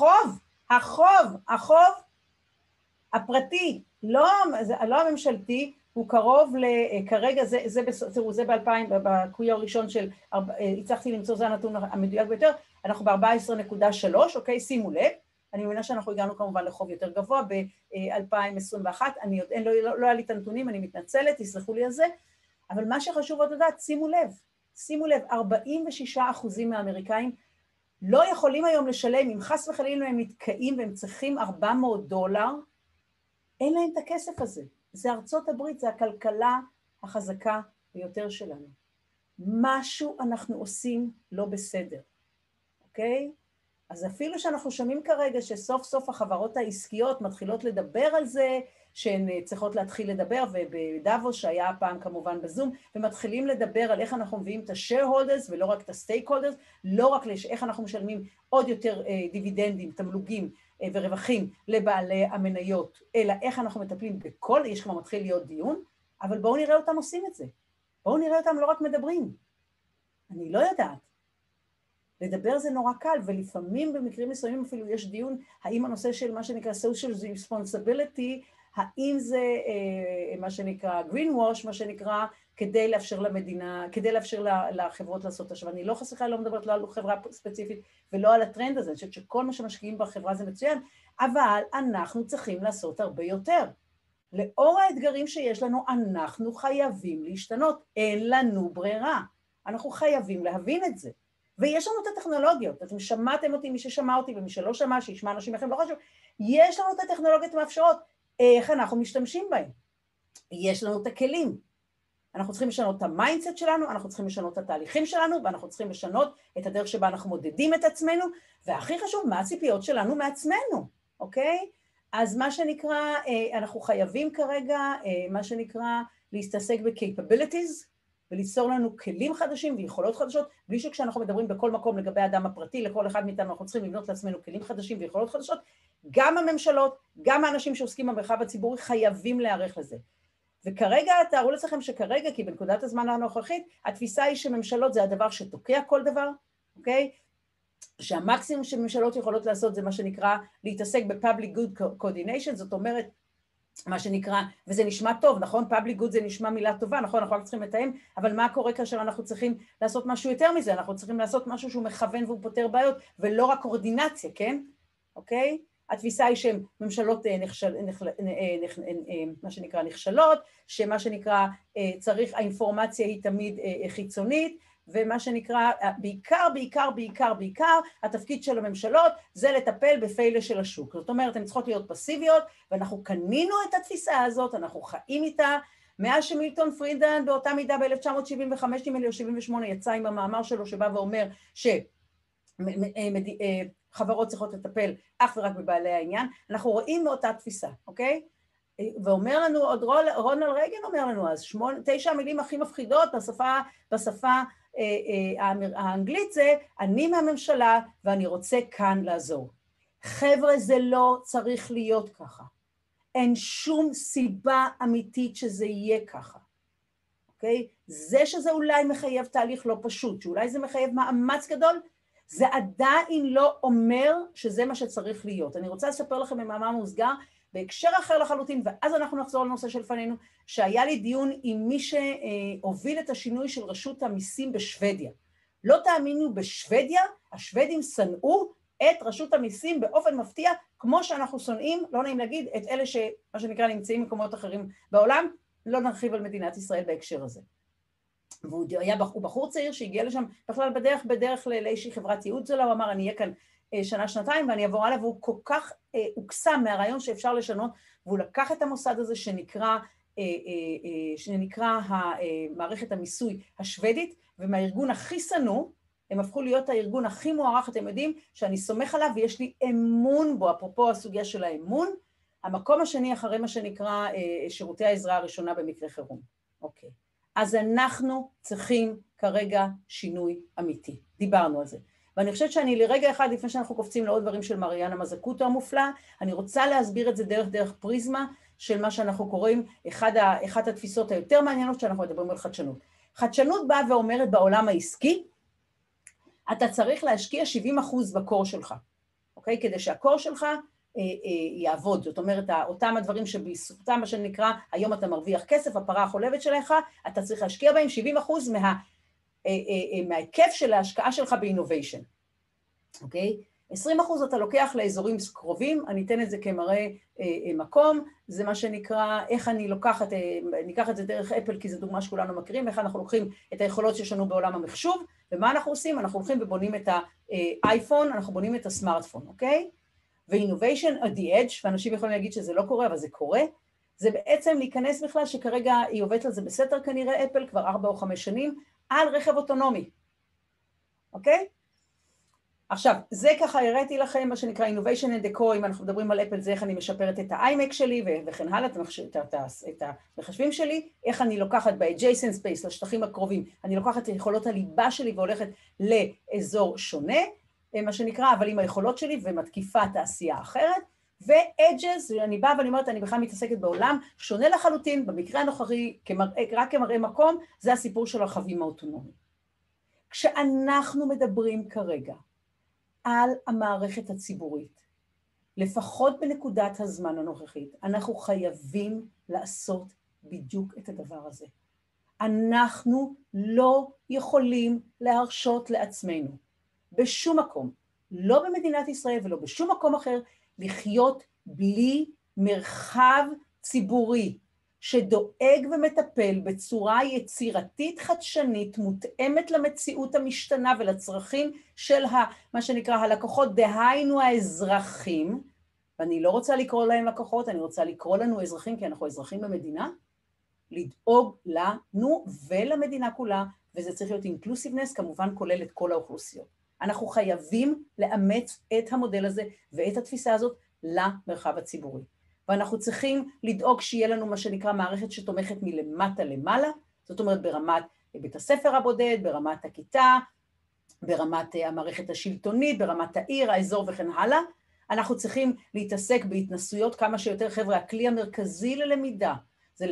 החוב הפרטי, לא הממשלתי, הוא קרוב כרגע, זה ב-2000, בקווי הראשון של, הצלחתי למצוא, זה הנתון המדויק ביותר, אנחנו ב-14.3, אוקיי, שימו לב, אני מבינה שאנחנו הגענו כמובן לחוב יותר גבוה ב-2021, אני לא היה לי את הנתונים, אני מתנצלת, תסלחו לי על זה, אבל מה שחשוב עוד לדעת, שימו לב, 46% מהאמריקאים לא יכולים היום לשלם, אם חס וחלילה הם נתקעים והם צריכים $400, אין להם את הכסף הזה. זה ארצות הברית, זה הכלכלה החזקה ביותר שלנו. משהו אנחנו עושים לא בסדר, אוקיי? אז אפילו שאנחנו שומעים כרגע שסוף סוף החברות העסקיות מתחילות לדבר על זה, שהן צריכות להתחיל לדבר, ובדאבוס שהיה פעם כמובן בזום, ומתחילים לדבר על איך אנחנו מביאים את ה-shareholders ולא רק את ה-stakeholders, לא רק איך אנחנו משלמים עוד יותר דיבידנדים, תמלוגים ורווחים לבעלי המניות, אלא איך אנחנו מטפלים בכל, יש כבר מתחיל להיות דיון, אבל בואו נראה אותם עושים את זה. בואו נראה אותם לא רק מדברים. אני לא יודעת. לדבר זה נורא קל, ולפעמים במקרים מסוימים אפילו יש דיון, האם הנושא של מה שנקרא social responsibility, האם זה מה שנקרא green wash, מה שנקרא, כדי לאפשר למדינה, כדי לאפשר לחברות לעשות עכשיו. אני לא חסכה, לא מדברת לא על חברה ספציפית, ולא על הטרנד הזה, אני חושבת שכל מה שמשקיעים בחברה זה מצוין, אבל אנחנו צריכים לעשות הרבה יותר. לאור האתגרים שיש לנו, אנחנו חייבים להשתנות, אין לנו ברירה. אנחנו חייבים להבין את זה. ויש לנו את הטכנולוגיות, אתם שמעתם אותי, מי ששמע אותי ומי שלא שמע, שישמע אנשים אחרים, לא חשוב, יש לנו את הטכנולוגיות המאפשרות, איך אנחנו משתמשים בהן? יש לנו את הכלים. אנחנו צריכים לשנות את המיינדסט שלנו, אנחנו צריכים לשנות את התהליכים שלנו, ואנחנו צריכים לשנות את הדרך שבה אנחנו מודדים את עצמנו, והכי חשוב, מה הציפיות שלנו מעצמנו, אוקיי? אז מה שנקרא, אנחנו חייבים כרגע, מה שנקרא, להסתעסק ב-capabilities, וליצור לנו כלים חדשים ויכולות חדשות, בלי שכשאנחנו מדברים בכל מקום לגבי האדם הפרטי, לכל אחד מאיתנו אנחנו צריכים לבנות לעצמנו כלים חדשים ויכולות חדשות, גם הממשלות, גם האנשים שעוסקים במרחב הציבורי חייבים להיערך לזה. וכרגע, תארו לעצמכם שכרגע, כי בנקודת הזמן הנוכחית, התפיסה היא שממשלות זה הדבר שתוקע כל דבר, אוקיי? שהמקסימום שממשלות יכולות לעשות זה מה שנקרא להתעסק ב-public good coordination, זאת אומרת, מה שנקרא, וזה נשמע טוב, נכון? public good זה נשמע מילה טובה, נכון? אנחנו רק צריכים לתאם, אבל מה קורה כאשר אנחנו צריכים לעשות משהו יותר מזה? אנחנו צריכים לעשות משהו שהוא מכוון והוא פותר בעיות, ולא רק קואורדינציה, כן? אוקיי? התפיסה היא שממשלות מה שנקרא נכשלות, שמה שנקרא צריך, האינפורמציה היא תמיד חיצונית, ומה שנקרא, בעיקר, התפקיד של הממשלות זה לטפל בפיילה של השוק. זאת אומרת, הן צריכות להיות פסיביות, ואנחנו קנינו את התפיסה הזאת, אנחנו חיים איתה, מאז שמילטון פרידלנד באותה מידה ב-1975, או 78, יצא עם המאמר שלו שבא ואומר שחברות צריכות לטפל אך ורק בבעלי העניין, אנחנו רואים מאותה תפיסה, אוקיי? ואומר לנו, עוד רונלד רייגן אומר לנו אז, 9 המילים הכי מפחידות בשפה האנגלית זה, אני מהממשלה ואני רוצה כאן לעזור. חבר'ה, זה לא צריך להיות ככה. אין שום סיבה אמיתית שזה יהיה ככה. אוקיי? זה שזה אולי מחייב תהליך לא פשוט, שאולי זה מחייב מאמץ גדול, זה עדיין לא אומר שזה מה שצריך להיות. אני רוצה לספר לכם במאמר מוסגר, בהקשר אחר לחלוטין, ואז אנחנו נחזור לנושא של פנינו, שהיה לי דיון עם מי שהוביל את השינוי של רשות המיסים בשוודיה. לא תאמינו, בשוודיה, השוודים שנאו את רשות המיסים באופן מפתיע, כמו שאנחנו שונאים, לא נעים להגיד, את אלה שמה שנקרא נמצאים במקומות אחרים בעולם, לא נרחיב על מדינת ישראל בהקשר הזה. והוא היה בחור צעיר שהגיע לשם, בכלל בדרך לאיזושהי חברת ייעוץ שלה, הוא אמר, אני אהיה כאן שנה-שנתיים ואני אעבור הלאה, והוא כל כך הוקסם מהרעיון שאפשר לשנות, והוא לקח את המוסד הזה שנקרא מערכת המיסוי השוודית, ומהארגון הכי שנוא, הם הפכו להיות הארגון הכי מוערך, אתם יודעים, שאני סומך עליו ויש לי אמון בו, אפרופו הסוגיה של האמון, המקום השני אחרי מה שנקרא שירותי העזרה הראשונה במקרה חירום. אוקיי. אז אנחנו צריכים כרגע שינוי אמיתי. דיברנו על זה. ואני חושבת שאני לרגע אחד, לפני שאנחנו קופצים לעוד דברים של מריאנה מזקוטו המופלא, אני רוצה להסביר את זה דרך פריזמה של מה שאנחנו קוראים, אחת התפיסות היותר מעניינות שאנחנו מדברים על חדשנות. חדשנות באה ואומרת בעולם העסקי, אתה צריך להשקיע 70% בקור שלך, אוקיי? כדי שהקור שלך יעבוד. זאת אומרת, אותם הדברים שבזכותם מה שנקרא, היום אתה מרוויח כסף, הפרה החולבת שלך, אתה צריך להשקיע בהם 70% מההיקף של ההשקעה שלך באינוביישן, אוקיי? 20% אתה לוקח לאזורים קרובים, אני אתן את זה כמראה מקום, זה מה שנקרא, איך אני ניקח את זה דרך אפל, כי זו דוגמה שכולנו מכירים, איך אנחנו לוקחים את היכולות שיש לנו בעולם המחשוב, ומה אנחנו עושים? אנחנו הולכים ובונים את האייפון, אנחנו בונים את הסמארטפון, אוקיי? ו-innovation at the edge, ואנשים יכולים להגיד שזה לא קורה, אבל זה קורה, זה בעצם להיכנס בכלל שכרגע היא עובדת על זה בסתר כנראה אפל, כבר 4 או 5 שנים, על רכב אוטונומי, אוקיי? עכשיו, זה ככה הראיתי לכם מה שנקרא innovation and deco, אם אנחנו מדברים על אפל, זה איך אני משפרת את ה-iMac שלי וכן הלאה, את המחשבים שלי, איך אני לוקחת ב-adjacent space, לשטחים הקרובים, אני לוקחת את יכולות הליבה שלי והולכת לאזור שונה, מה שנקרא, אבל עם היכולות שלי ומתקיפה תעשייה אחרת, ו-edges, אני באה ואני אומרת, אני בכלל מתעסקת בעולם, שונה לחלוטין, במקרה הנוכחי, רק כמראה מקום, זה הסיפור של הרכבים האוטונומיים. כשאנחנו מדברים כרגע על המערכת הציבורית, לפחות בנקודת הזמן הנוכחית, אנחנו חייבים לעשות בדיוק את הדבר הזה. אנחנו לא יכולים להרשות לעצמנו, בשום מקום, לא במדינת ישראל ולא בשום מקום אחר, לחיות בלי מרחב ציבורי שדואג ומטפל בצורה יצירתית חדשנית, מותאמת למציאות המשתנה ולצרכים של מה שנקרא הלקוחות, דהיינו האזרחים, ואני לא רוצה לקרוא להם לקוחות, אני רוצה לקרוא לנו אזרחים, כי אנחנו אזרחים במדינה, לדאוג לנו ולמדינה כולה, וזה צריך להיות inclusiveness, כמובן כולל את כל האוכלוסיות. אנחנו חייבים לאמץ את המודל הזה ואת התפיסה הזאת למרחב הציבורי. ואנחנו צריכים לדאוג שיהיה לנו מה שנקרא מערכת שתומכת מלמטה למעלה, זאת אומרת ברמת בית הספר הבודד, ברמת הכיתה, ברמת המערכת השלטונית, ברמת העיר, האזור וכן הלאה. אנחנו צריכים להתעסק בהתנסויות כמה שיותר. חבר'ה, הכלי המרכזי ללמידה זה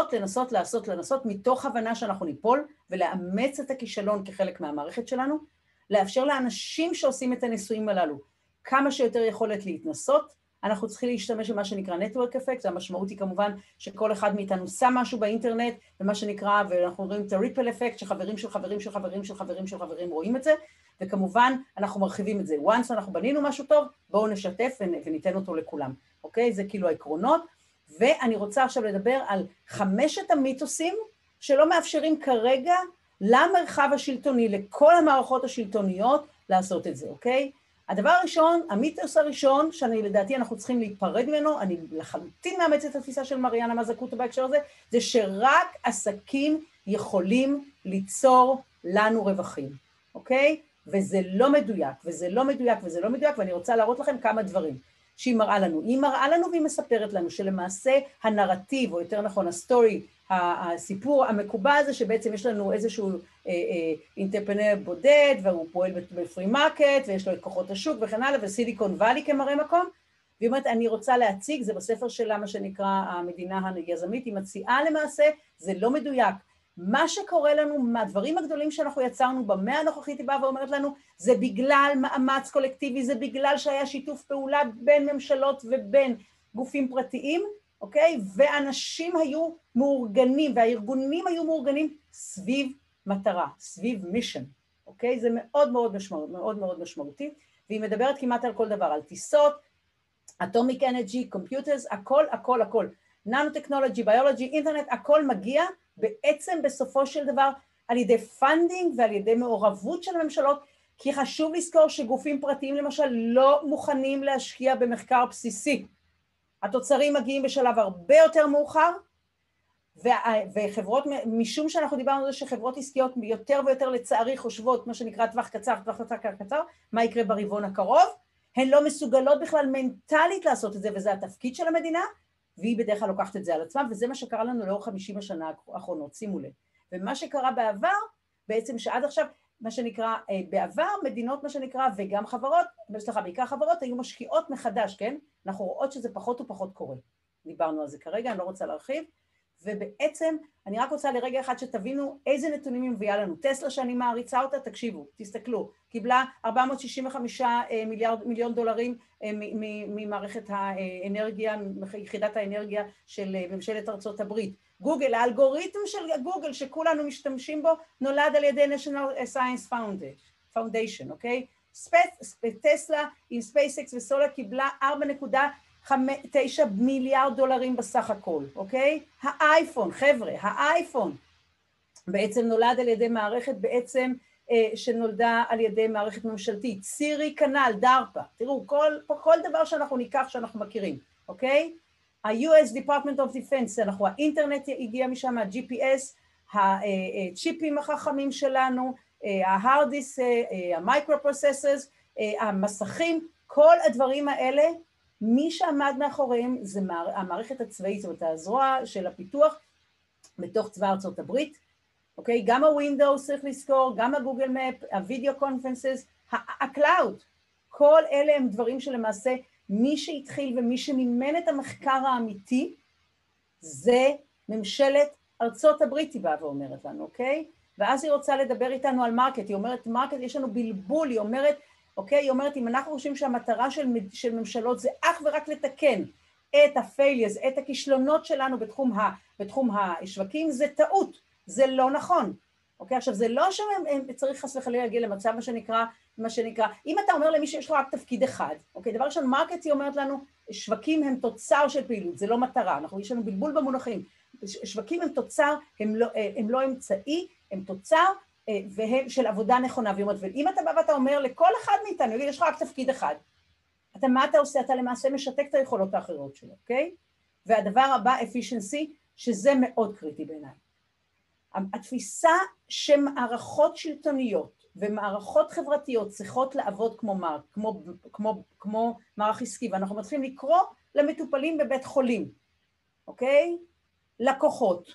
לנסות מתוך הבנה שאנחנו ניפול ולאמץ את הכישלון כחלק מהמערכת שלנו, לאפשר לאנשים שעושים את הניסויים הללו כמה שיותר יכולת להתנסות. אנחנו צריכים להשתמש במה שנקרא Network Effect, המשמעות היא כמובן שכל אחד מאיתנו שם משהו באינטרנט, ומה שנקרא, ואנחנו רואים את ה-Ripple Effect, שחברים של חברים של חברים של חברים של חברים רואים את זה, וכמובן אנחנו מרחיבים את זה. once אנחנו בנינו משהו טוב, בואו נשתף וניתן אותו לכולם, אוקיי? זה כאילו העקרונות, ואני רוצה עכשיו לדבר על 5 המיתוסים שלא מאפשרים כרגע למרחב השלטוני, לכל המערכות השלטוניות לעשות את זה, אוקיי? הדבר הראשון, המיתוס הראשון, שאני לדעתי אנחנו צריכים להיפרד ממנו, אני לחלוטין מאמץ את התפיסה של מריאנה מזקוטו בהקשר הזה, זה שרק עסקים יכולים ליצור לנו רווחים, אוקיי? וזה לא מדויק, ואני רוצה להראות לכם כמה דברים שהיא מראה לנו. היא מראה לנו והיא מספרת לנו שלמעשה הנרטיב, או יותר נכון הסטורי, הסיפור המקובל הזה שבעצם יש לנו איזשהו אינטרפרנר בודד, והוא פועל בפרי מרקט, ויש לו את כוחות השוק וכן הלאה, וסיליקון ואלי כמראה מקום, והיא אומרת, אני רוצה להציג, זה בספר שלה, מה שנקרא המדינה היזמית, היא מציעה למעשה, זה לא מדויק. מה שקורה לנו, מהדברים הגדולים שאנחנו יצרנו במאה הנוכחית, היא באה ואומרת לנו, זה בגלל מאמץ קולקטיבי, זה בגלל שהיה שיתוף פעולה בין ממשלות ובין גופים פרטיים, אוקיי? ואנשים היו מאורגנים, והארגונים היו מאורגנים סביב מטרה, סביב מישן, אוקיי? זה מאוד מאוד משמעותי, והיא מדברת כמעט על כל דבר, על טיסות, אטומיק אנרגי, קומפיוטרס, הכל. ננו-טכנולוגי, ביולוגי, אינטרנט, הכל מגיע בעצם בסופו של דבר על ידי פנדינג ועל ידי מעורבות של הממשלות, כי חשוב לזכור שגופים פרטיים למשל לא מוכנים להשקיע במחקר בסיסי. התוצרים מגיעים בשלב הרבה יותר מאוחר, וחברות, משום שאנחנו דיברנו על זה שחברות עסקיות יותר ויותר לצערי חושבות, מה שנקרא טווח קצר, מה יקרה ברבעון הקרוב, הן לא מסוגלות בכלל מנטלית לעשות את זה, וזה התפקיד של המדינה, והיא בדרך כלל לוקחת את זה על עצמה, וזה מה שקרה לנו לאורך 50 השנה האחרונות, שימו לב. ומה שקרה בעבר, בעצם שעד עכשיו, מה שנקרא, בעבר מדינות, מה שנקרא, וגם חברות, בעיקר חברות, היו משקיעות מחדש, כן? אנחנו רואות שזה פחות ופחות קורה. דיברנו על זה כרגע, אני לא רוצה להרחיב, ובעצם, אני רק רוצה לרגע אחד שתבינו איזה נתונים היא מביאה לנו. טסלה שאני מעריצה אותה, תקשיבו, תסתכלו, קיבלה 465 מיליון דולרים ממערכת האנרגיה, יחידת האנרגיה של ממשלת ארצות הברית. גוגל, האלגוריתם של גוגל שכולנו משתמשים בו, נולד על ידי National Science Foundation, אוקיי? טסלה עם SpaceX וסולר קיבלה 4.9 מיליארד דולרים בסך הכל, אוקיי? האייפון, חבר'ה, האייפון בעצם נולד על ידי מערכת בעצם שנולדה על ידי מערכת ממשלתית, סירי כנ"ל, דארפה, תראו, כל דבר שאנחנו ניקח שאנחנו מכירים, אוקיי? ה-US Department of Defense, האינטרנט הגיע משם, ה-GPS, הצ'יפים החכמים שלנו, ה-hard disk, ה-microprocessors, המסכים, כל הדברים האלה, מי שעמד מאחוריהם זה המערכת הצבאית, זאת אומרת, הזרוע של הפיתוח בתוך צבא ארצות הברית, אוקיי? גם ה-Windows צריך לזכור, גם ה-Google Map, ה-Video Conferences, ה-Cloud, כל אלה הם דברים שלמעשה מי שהתחיל ומי שמימן את המחקר האמיתי, זה ממשלת ארצות הברית, היא באה ואומרת לנו, אוקיי? ואז היא רוצה לדבר איתנו על מרקט, היא אומרת, מרקט, יש לנו בלבול, היא אומרת, אוקיי, היא אומרת, אם אנחנו חושבים שהמטרה של ממשלות זה אך ורק לתקן את הפייליאז, את הכישלונות שלנו בתחום השווקים, זה טעות, זה לא נכון. אוקיי, עכשיו זה לא שצריך חס וחלילה להגיע למצב מה שנקרא, אם אתה אומר למי שיש לו רק תפקיד אחד, אוקיי, דבר ראשון, מרקט היא אומרת לנו, שווקים הם תוצר של פעילות, זה לא מטרה, יש לנו בלבול במונחים, שווקים הם תוצר, הם לא אמצעי, הם תוצר, והם של עבודה נכונה, ואם אתה בא ואתה אומר לכל אחד מאיתנו, יש לך רק תפקיד אחד, מה אתה עושה? אתה למעשה משתק את היכולות האחרות שלו, אוקיי? והדבר הבא, efficiency, שזה מאוד קריטי בעיניי. התפיסה שמערכות שלטוניות ומערכות חברתיות צריכות לעבוד כמו מערך עסקי, ואנחנו מתחילים לקרוא למטופלים בבית חולים, אוקיי? לקוחות.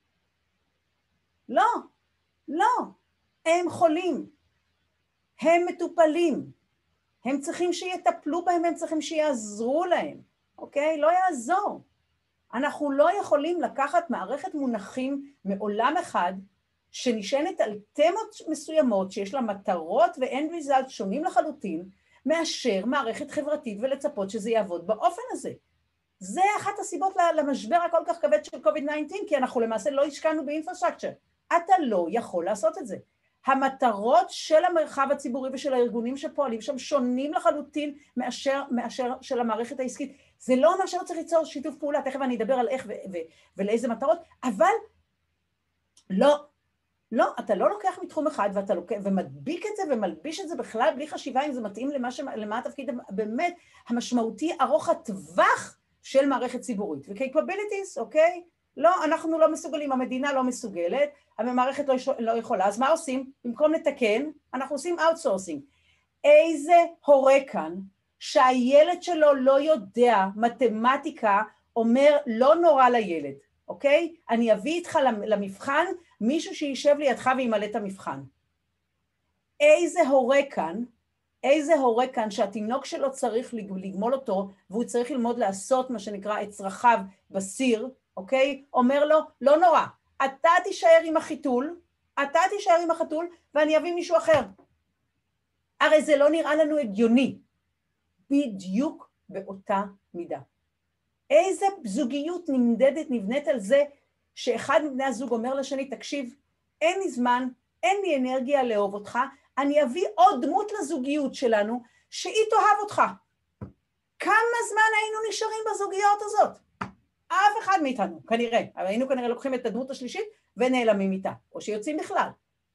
לא, לא, הם חולים, הם מטופלים, הם צריכים שיטפלו בהם, הם צריכים שיעזרו להם, אוקיי? לא יעזור. אנחנו לא יכולים לקחת מערכת מונחים מעולם אחד, שנשענת על תמות מסוימות, שיש לה מטרות ואין ריזלט שונים לחלוטין, מאשר מערכת חברתית ולצפות שזה יעבוד באופן הזה. זה אחת הסיבות למשבר הכל כך כבד של COVID-19, כי אנחנו למעשה לא השקענו באינפרסטרקצ'ר. אתה לא יכול לעשות את זה. המטרות של המרחב הציבורי ושל הארגונים שפועלים שם שונים לחלוטין מאשר של המערכת העסקית. זה לא אומר שלא צריך ליצור שיתוף פעולה, תכף אני אדבר על איך ולאיזה מטרות, אבל לא, אתה לא לוקח מתחום אחד ואתה לוקח ומדביק את זה ומלביש את זה בכלל בלי חשיבה אם זה מתאים למה התפקיד באמת המשמעותי ארוך הטווח של מערכת ציבורית. ו-capabilities, אוקיי? לא, אנחנו לא מסוגלים, המדינה לא מסוגלת, המערכת לא יכולה, אז מה עושים? במקום לתקן, אנחנו עושים outsourcing. איזה הורה כאן שהילד שלו לא יודע מתמטיקה, אומר לא נורא לילד, אוקיי? אני אביא איתך למבחן מישהו שישב לידך וימלא את המבחן. איזה הורה כאן שהתינוק שלו צריך לגמול אותו, והוא צריך ללמוד לעשות מה שנקרא את צרכיו בסיר, אוקיי? אומר לו, לא נורא, אתה תישאר עם החתול, ואני אביא מישהו אחר. הרי זה לא נראה לנו הגיוני, בדיוק באותה מידה. איזה זוגיות נבנית על זה, שאחד מבני הזוג אומר לשני, תקשיב, אין לי זמן, אין לי אנרגיה לאהוב אותך, אני אביא עוד דמות לזוגיות שלנו, שהיא תאהב אותך. כמה זמן היינו נשארים בזוגיות הזאת? אף אחד מאיתנו, כנראה. אבל היינו כנראה לוקחים את הדמות השלישית ונעלמים איתה, או שיוצאים בכלל.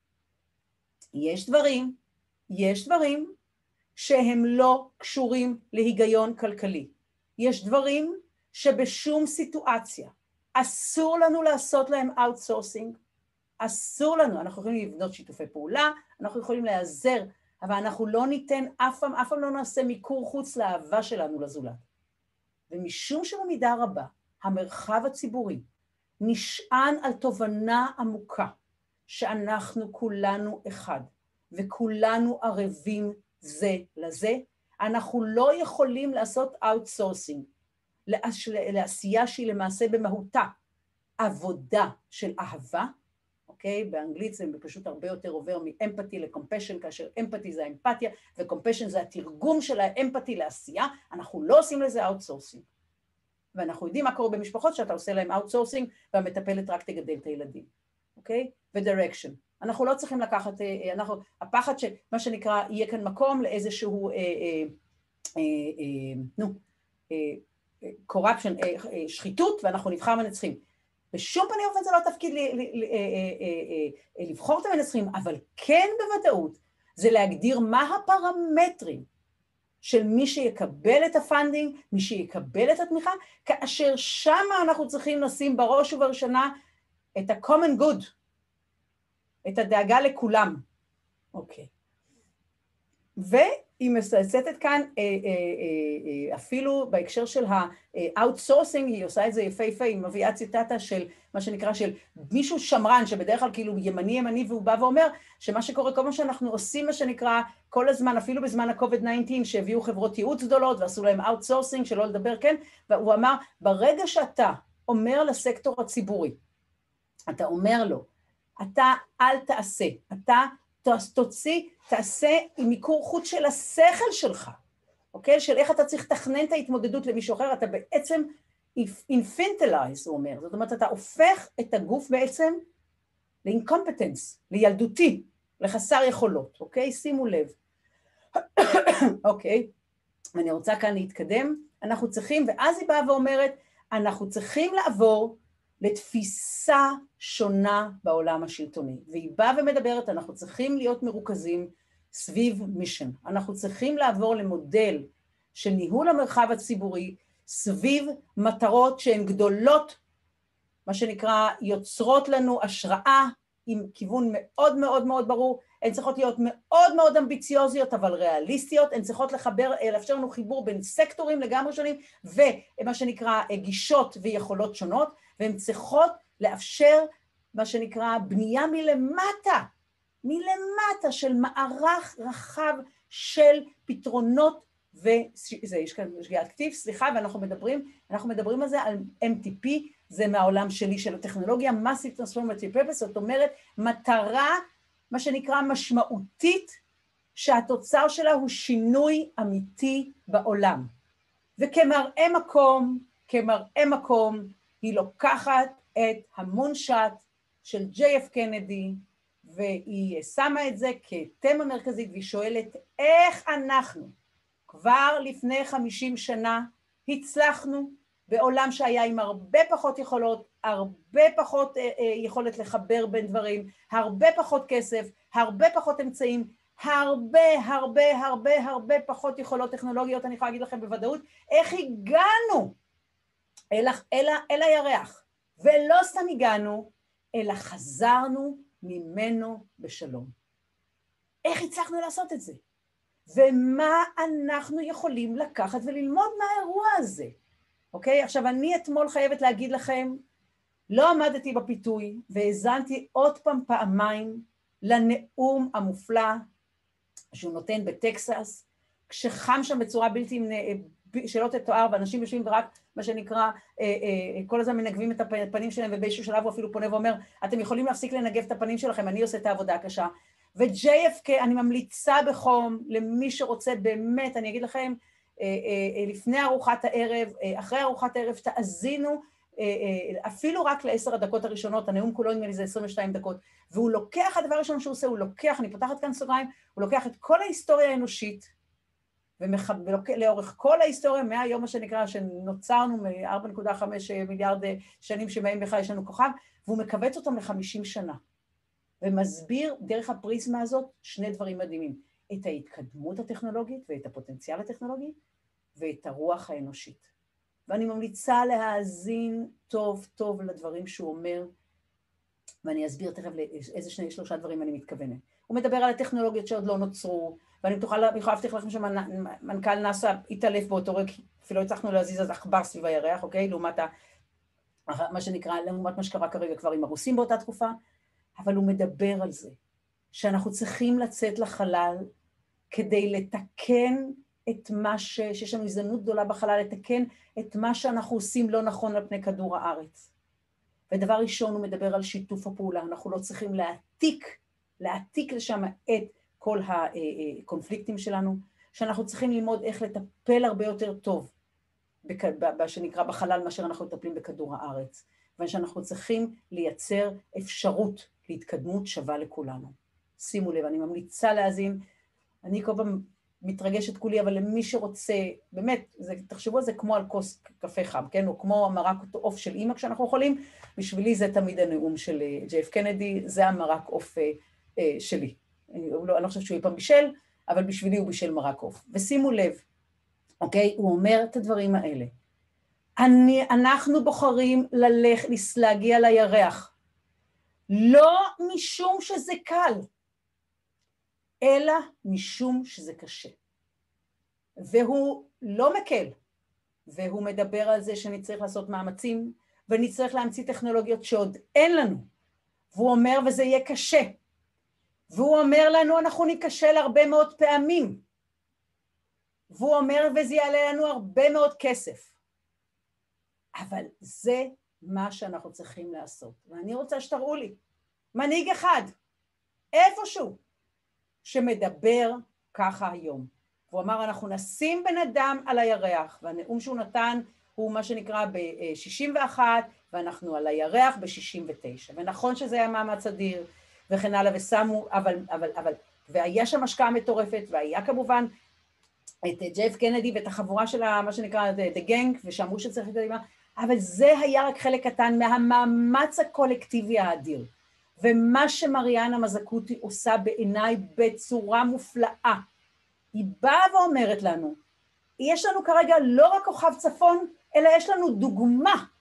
יש דברים שהם לא קשורים להיגיון כלכלי. יש דברים שבשום סיטואציה אסור לנו לעשות להם אאוטסורסינג, אסור לנו, אנחנו יכולים לבנות שיתופי פעולה, אנחנו יכולים להיעזר, אבל אנחנו לא ניתן אף פעם לא נעשה מיקור חוץ לאהבה שלנו לזולת. ומשום שבמידה רבה, המרחב הציבורי נשען על תובנה עמוקה, שאנחנו כולנו אחד, וכולנו ערבים זה לזה, אנחנו לא יכולים לעשות אאוטסורסינג, לעשייה שהיא למעשה במהותה, עבודה של אהבה, אוקיי? באנגלית זה פשוט הרבה יותר עובר מאמפתי לקומפשן, כאשר אמפתי זה האמפתיה, וקומפשן זה התרגום של האמפתי לעשייה, אנחנו לא עושים לזה אאוטסורסינג. ואנחנו יודעים מה קורה במשפחות שאתה עושה להם אאוטסורסינג, והמטפלת רק תגדל את הילדים, אוקיי? ודירקשן. אנחנו לא צריכים לקחת, הפחד שמה שנקרא, יהיה כאן מקום לאיזשהו, קורפשן, שחיתות, ואנחנו נבחר מנצחים. בשום פנים אופן זה לא תפקיד לבחור את המנצחים, אבל כן בוודאות זה להגדיר מה הפרמטרים של מי שיקבל את הפנדינג, מי שיקבל את התמיכה, כאשר שם אנחנו צריכים לשים בראש ובראשונה את ה-common good, את הדאגה לכולם. אוקיי. והיא מסתכלת כאן, אפילו בהקשר של ה-outsourcing, היא עושה את זה יפה, היא מביאה ציטטה של מה שנקרא של מישהו שמרן, שבדרך כלל כאילו ימני, והוא בא ואומר שמה שקורה, כל מה שאנחנו עושים, מה שנקרא כל הזמן, אפילו בזמן ה-COVID-19, שהביאו חברות ייעוץ גדולות, ועשו להם outsourcing, שלא לדבר, כן, והוא אמר, ברגע שאתה אומר לסקטור הציבורי, אתה אומר לו, אתה אל תעשה, אתה תעשה עם מיקור חוץ של השכל שלך, אוקיי? של איך אתה צריך לתכנן את ההתמודדות למישהו אחר, אתה בעצם infantilize, הוא אומר, זאת אומרת, אתה הופך את הגוף בעצם ל-incompetence, לילדותי, לחסר יכולות, אוקיי? שימו לב. אוקיי, ואני רוצה כאן להתקדם, אנחנו צריכים, ואז היא באה ואומרת, אנחנו צריכים לעבור לתפיסה שונה בעולם השלטוני, והיא באה ומדברת, אנחנו צריכים להיות מרוכזים סביב מישן, אנחנו צריכים לעבור למודל של ניהול המרחב הציבורי, סביב מטרות שהן גדולות מה שנקרא, יוצרות לנו השראה עם כיוון מאוד מאוד מאוד ברור, הן צריכות להיות מאוד מאוד אמביציוזיות, אבל ריאליסטיות, הן צריכות לאפשר לנו חיבור בין סקטורים לגמרי שונים, ומה שנקרא גישות ויכולות שונות, והן צריכות לאפשר מה שנקרא בנייה מלמטה של מערך רחב של פתרונות, יש כאן שגיאת כתיב, סליחה, ואנחנו מדברים על זה, על MTP, זה מהעולם שלי של הטכנולוגיה, Massive Transformative Purpose, זאת אומרת, מטרה, מה שנקרא משמעותית, שהתוצר שלה הוא שינוי אמיתי בעולם. וכמראה מקום, היא לוקחת את המונשט של JF קנדי, והיא שמה את זה כתמה מרכזית, והיא שואלת איך אנחנו כבר לפני 50 שנה הצלחנו בעולם שהיה עם הרבה פחות יכולות, הרבה פחות יכולת לחבר בין דברים, הרבה פחות כסף, הרבה פחות אמצעים, הרבה פחות יכולות טכנולוגיות, אני יכולה להגיד לכם בוודאות, איך הגענו אל הירח, ולא סתם הגענו, אלא חזרנו ממנו בשלום. איך הצלחנו לעשות את זה? ומה אנחנו יכולים לקחת וללמוד מהאירוע הזה? אוקיי? עכשיו, אני אתמול חייבת להגיד לכם, לא עמדתי בפיתוי, והזנתי עוד פעמיים לנאום המופלא שהוא נותן בטקסס, כשחם שם בצורה בלתי שלא תתואר, ואנשים יושבים ורק, מה שנקרא, כל הזמן מנגבים את הפנים שלהם, ובאיזשהו שלב הוא אפילו פונה ואומר, אתם יכולים להפסיק לנגב את הפנים שלכם, אני עושה את העבודה הקשה. ו-JFK, אני ממליצה בחום למי שרוצה באמת, אני אגיד לכם, לפני ארוחת הערב, אחרי ארוחת הערב, תאזינו, אפילו רק ל10 הדקות הראשונות, הנאום כולו נדמה לי זה 22 דקות, והוא לוקח, הדבר הראשון שהוא עושה, הוא לוקח, אני פותחת כאן סוגריים, הוא לוקח את כל ההיסטוריה האנושית, ולאורך כל ההיסטוריה, מהיום מה שנקרא, שנוצרנו מ-4.5 מיליארד שנים שבהם בכלל יש לנו כוכב, והוא מקבץ אותם ל50 שנה, ומסביר דרך הפריזמה הזאת שני דברים מדהימים, את ההתקדמות הטכנולוגית ואת הפוטנציאל הטכנולוגי, ואת הרוח האנושית. ואני ממליצה להאזין טוב לדברים שהוא אומר, ואני אסביר תכף לאיזה 3 דברים אני מתכוונת. הוא מדבר על הטכנולוגיות שעוד לא נוצרו, ואני יכולה להבטיח לכם שמנכ"ל נאס"א התעלף באותו רגע, אפילו לא הצלחנו להזיז אז עכבר סביב הירח, אוקיי? לעומת מה שנקרא, לעומת מה שקרה כרגע כבר עם הרוסים באותה תקופה, אבל הוא מדבר על זה, שאנחנו צריכים לצאת לחלל כדי לתקן את מה שיש לנו הזדמנות גדולה בחלל, לתקן את מה שאנחנו עושים לא נכון על פני כדור הארץ. ודבר ראשון הוא מדבר על שיתוף הפעולה, אנחנו לא צריכים להעתיק לשם את כל הקונפליקטים שלנו, שאנחנו צריכים ללמוד איך לטפל הרבה יותר טוב, שנקרא בחלל, מאשר אנחנו מטפלים בכדור הארץ, ושאנחנו צריכים לייצר אפשרות להתקדמות שווה לכולנו. שימו לב, אני ממליצה להאזין, אני כל פעם מתרגשת כולי, אבל למי שרוצה, באמת, תחשבו על זה כמו על כוס קפה חם, כן? או כמו המרק עוף של אמא כשאנחנו יכולים, בשבילי זה תמיד הנאום של JF קנדי, זה המרק עוף שלי. אני לא חושבת שהוא פעם בישל, אבל בשבילי הוא בישל מרק עוף. ושימו לב, אוקיי? הוא אומר את הדברים האלה. אנחנו בוחרים להגיע לירח, לא משום שזה קל, אלא משום שזה קשה. והוא לא מקל, והוא מדבר על זה שאני צריך לעשות מאמצים, ואני צריך להמציא טכנולוגיות שעוד אין לנו. והוא אומר, וזה יהיה קשה. והוא אומר לנו, אנחנו ניכשל הרבה מאוד פעמים. והוא אומר, וזה יעלה לנו הרבה מאוד כסף. אבל זה מה שאנחנו צריכים לעשות. ואני רוצה שתראו לי, מנהיג אחד, איפשהו, שמדבר ככה היום. הוא אמר, אנחנו נשים בן אדם על הירח, והנאום שהוא נתן הוא מה שנקרא ב-61, ואנחנו על הירח ב-69. ונכון שזה היה מאמץ אדיר, וכן הלאה, ושמו, והיה שם השקעה מטורפת, והיה כמובן את JF קנדי ואת החבורה של מה שנקרא The Gang, ושאמרו שצריך את זה, אבל זה היה רק חלק קטן מהמאמץ הקולקטיבי האדיר. ומה שמריאנה מזקוטי עושה בעיניי בצורה מופלאה, היא באה ואומרת לנו, יש לנו כרגע לא רק כוכב צפון, אלא יש לנו דוגמה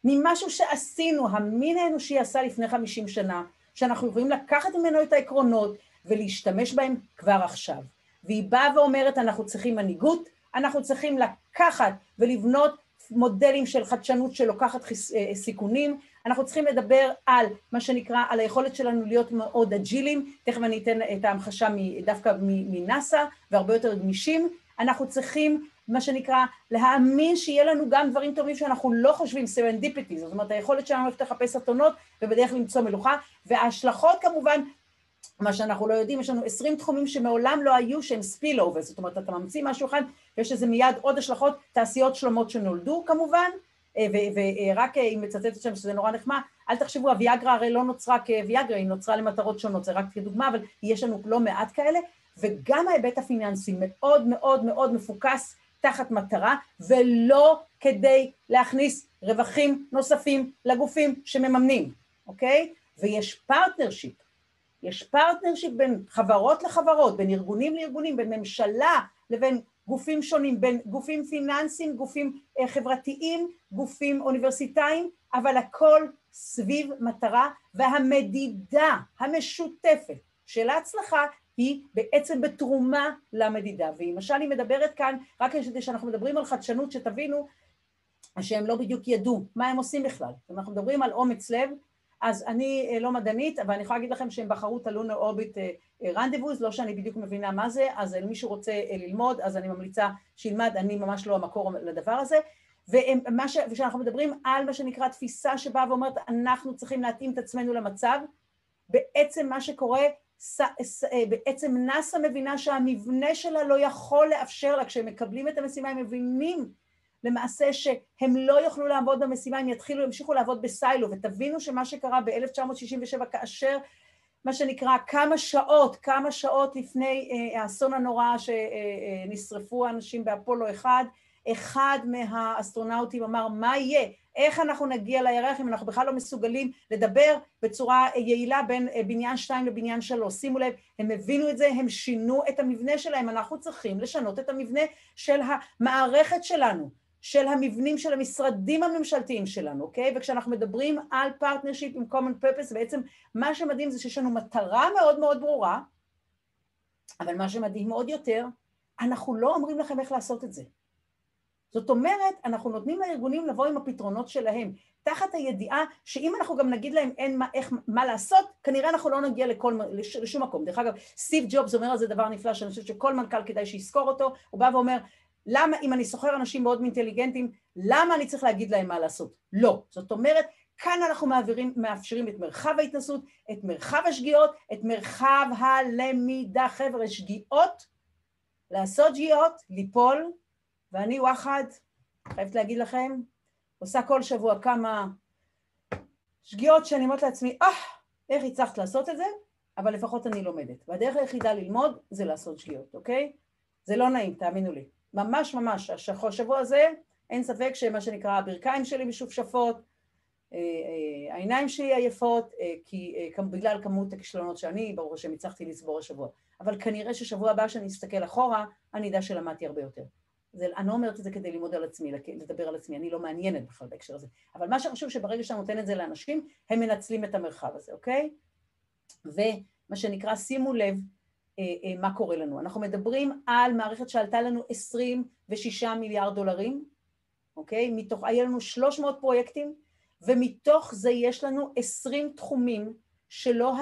ממשהו שעשינו, המין האנושי עשה לפני 50 שנה, שאנחנו יכולים לקחת ממנו את העקרונות ולהשתמש בהם כבר עכשיו. והיא באה ואומרת, אנחנו צריכים מנהיגות, אנחנו צריכים לקחת ולבנות מודלים של חדשנות שלוקחת סיכונים, אנחנו צריכים לדבר על מה שנקרא, על היכולת שלנו להיות מאוד אג'ילים, תכף אני אתן את ההמחשה דווקא מנאסא, והרבה יותר גמישים, אנחנו צריכים מה שנקרא להאמין שיהיה לנו גם דברים טובים שאנחנו לא חושבים, serendipity, זאת אומרת היכולת שלנו לחפש אתונות ובדרך למצוא מלוכה, וההשלכות כמובן, מה שאנחנו לא יודעים, יש לנו 20 תחומים שמעולם לא היו שהם spill over, זאת אומרת אתה ממציא משהו אחד ויש לזה מיד עוד השלכות, תעשיות שלמות שנולדו כמובן, ורק אם מצטטת שם שזה נורא נחמד, אל תחשבו, הוויאגרה הרי לא נוצרה כוויאגרה, היא נוצרה למטרות שונות, זה רק כדוגמה, אבל יש לנו לא מעט כאלה, וגם ההיבט הפיננסי מאוד מאוד מאוד מפוקס תחת מטרה, ולא כדי להכניס רווחים נוספים לגופים שמממנים, אוקיי? ויש פרטנרשיפ, יש פרטנרשיפ בין חברות לחברות, בין ארגונים לארגונים, בין ממשלה לבין גופים שונים, בין גופים פיננסיים, גופים חברתיים, גופים אוניברסיטאיים, אבל הכל סביב מטרה, והמדידה המשותפת של ההצלחה היא בעצם בתרומה למדידה. ולמשל אני מדברת כאן, רק כדי שאנחנו מדברים על חדשנות, שתבינו שהם לא בדיוק ידעו מה הם עושים בכלל. אנחנו מדברים על אומץ לב, אז אני לא מדענית, אבל אני יכולה להגיד לכם שהם בחרו את הלונר אורביט רנדבוז, לא שאני בדיוק מבינה מה זה, אז אם מישהו רוצה ללמוד, אז אני ממליצה שילמד, אני ממש לא המקור לדבר הזה, ושאנחנו מדברים על מה שנקרא תפיסה שבאה ואומרת, אנחנו צריכים להתאים את עצמנו למצב, בעצם מה שקורה, בעצם נאס"א מבינה שהמבנה שלה לא יכול לאפשר לה, כשהם מקבלים את המשימה, הם מבינים למעשה שהם לא יוכלו לעבוד במשימה, הם ימשיכו לעבוד בסיילו, ותבינו שמה שקרה ב-1967, כאשר מה שנקרא כמה שעות לפני האסון הנורא שנשרפו האנשים באפולו 1, אחד מהאסטרונאוטים אמר, מה יהיה? איך אנחנו נגיע לירח אם אנחנו בכלל לא מסוגלים לדבר בצורה יעילה בין בניין 2 לבניין 3? שימו לב, הם הבינו את זה, הם שינו את המבנה שלהם, אנחנו צריכים לשנות את המבנה של המערכת שלנו, של המבנים של המשרדים הממשלתיים שלנו, אוקיי? וכשאנחנו מדברים על partnership עם common purpose, בעצם מה שמדהים זה שיש לנו מטרה מאוד מאוד ברורה, אבל מה שמדהים מאוד יותר, אנחנו לא אומרים לכם איך לעשות את זה. זאת אומרת, אנחנו נותנים לארגונים לבוא עם הפתרונות שלהם, תחת הידיעה שאם אנחנו גם נגיד להם אין מה לעשות, כנראה אנחנו לא נגיע לשום מקום. דרך אגב, סטיב ג'ובס אומר על זה דבר נפלא, שאני חושבת שכל מנכ"ל כדאי שיזכור אותו, הוא בא ואומר, למה אם אני סוחר אנשים מאוד אינטליגנטים, למה אני צריך להגיד להם מה לעשות? לא. זאת אומרת, כאן אנחנו מאפשרים את מרחב ההתנסות, את מרחב השגיאות, את מרחב הלמידה. חבר'ה, שגיאות, לעשות שגיאות, ליפול, ואני וואחד, חייבת להגיד לכם, עושה כל שבוע כמה שגיאות שאני אומרת לעצמי, איך הצלחת לעשות את זה? אבל לפחות אני לומדת. והדרך היחידה ללמוד זה לעשות שגיאות, אוקיי? זה לא נעים, תאמינו לי. ממש ממש, השבוע הזה, אין ספק שמה שנקרא הברכיים שלי משופשפות, העיניים שלי עייפות, בגלל כמות הכישלונות שאני, ברור שהם הצלחתי לצבור השבוע. אבל כנראה ששבוע הבא שאני אסתכל אחורה, אני יודע שלמדתי הרבה יותר. אני לא אומרת את זה כדי ללמוד על עצמי, לדבר על עצמי, אני לא מעניינת בכלל בהקשר הזה. אבל מה שחשוב שברגע שאני נותן את זה לאנשים, הם מנצלים את המרחב הזה, אוקיי? ומה שנקרא, שימו לב מה קורה לנו. אנחנו מדברים על מערכת שעלתה לנו 26 מיליארד דולרים, אוקיי? היה לנו 300 פרויקטים, ומתוך זה יש לנו 20 תחומים שלא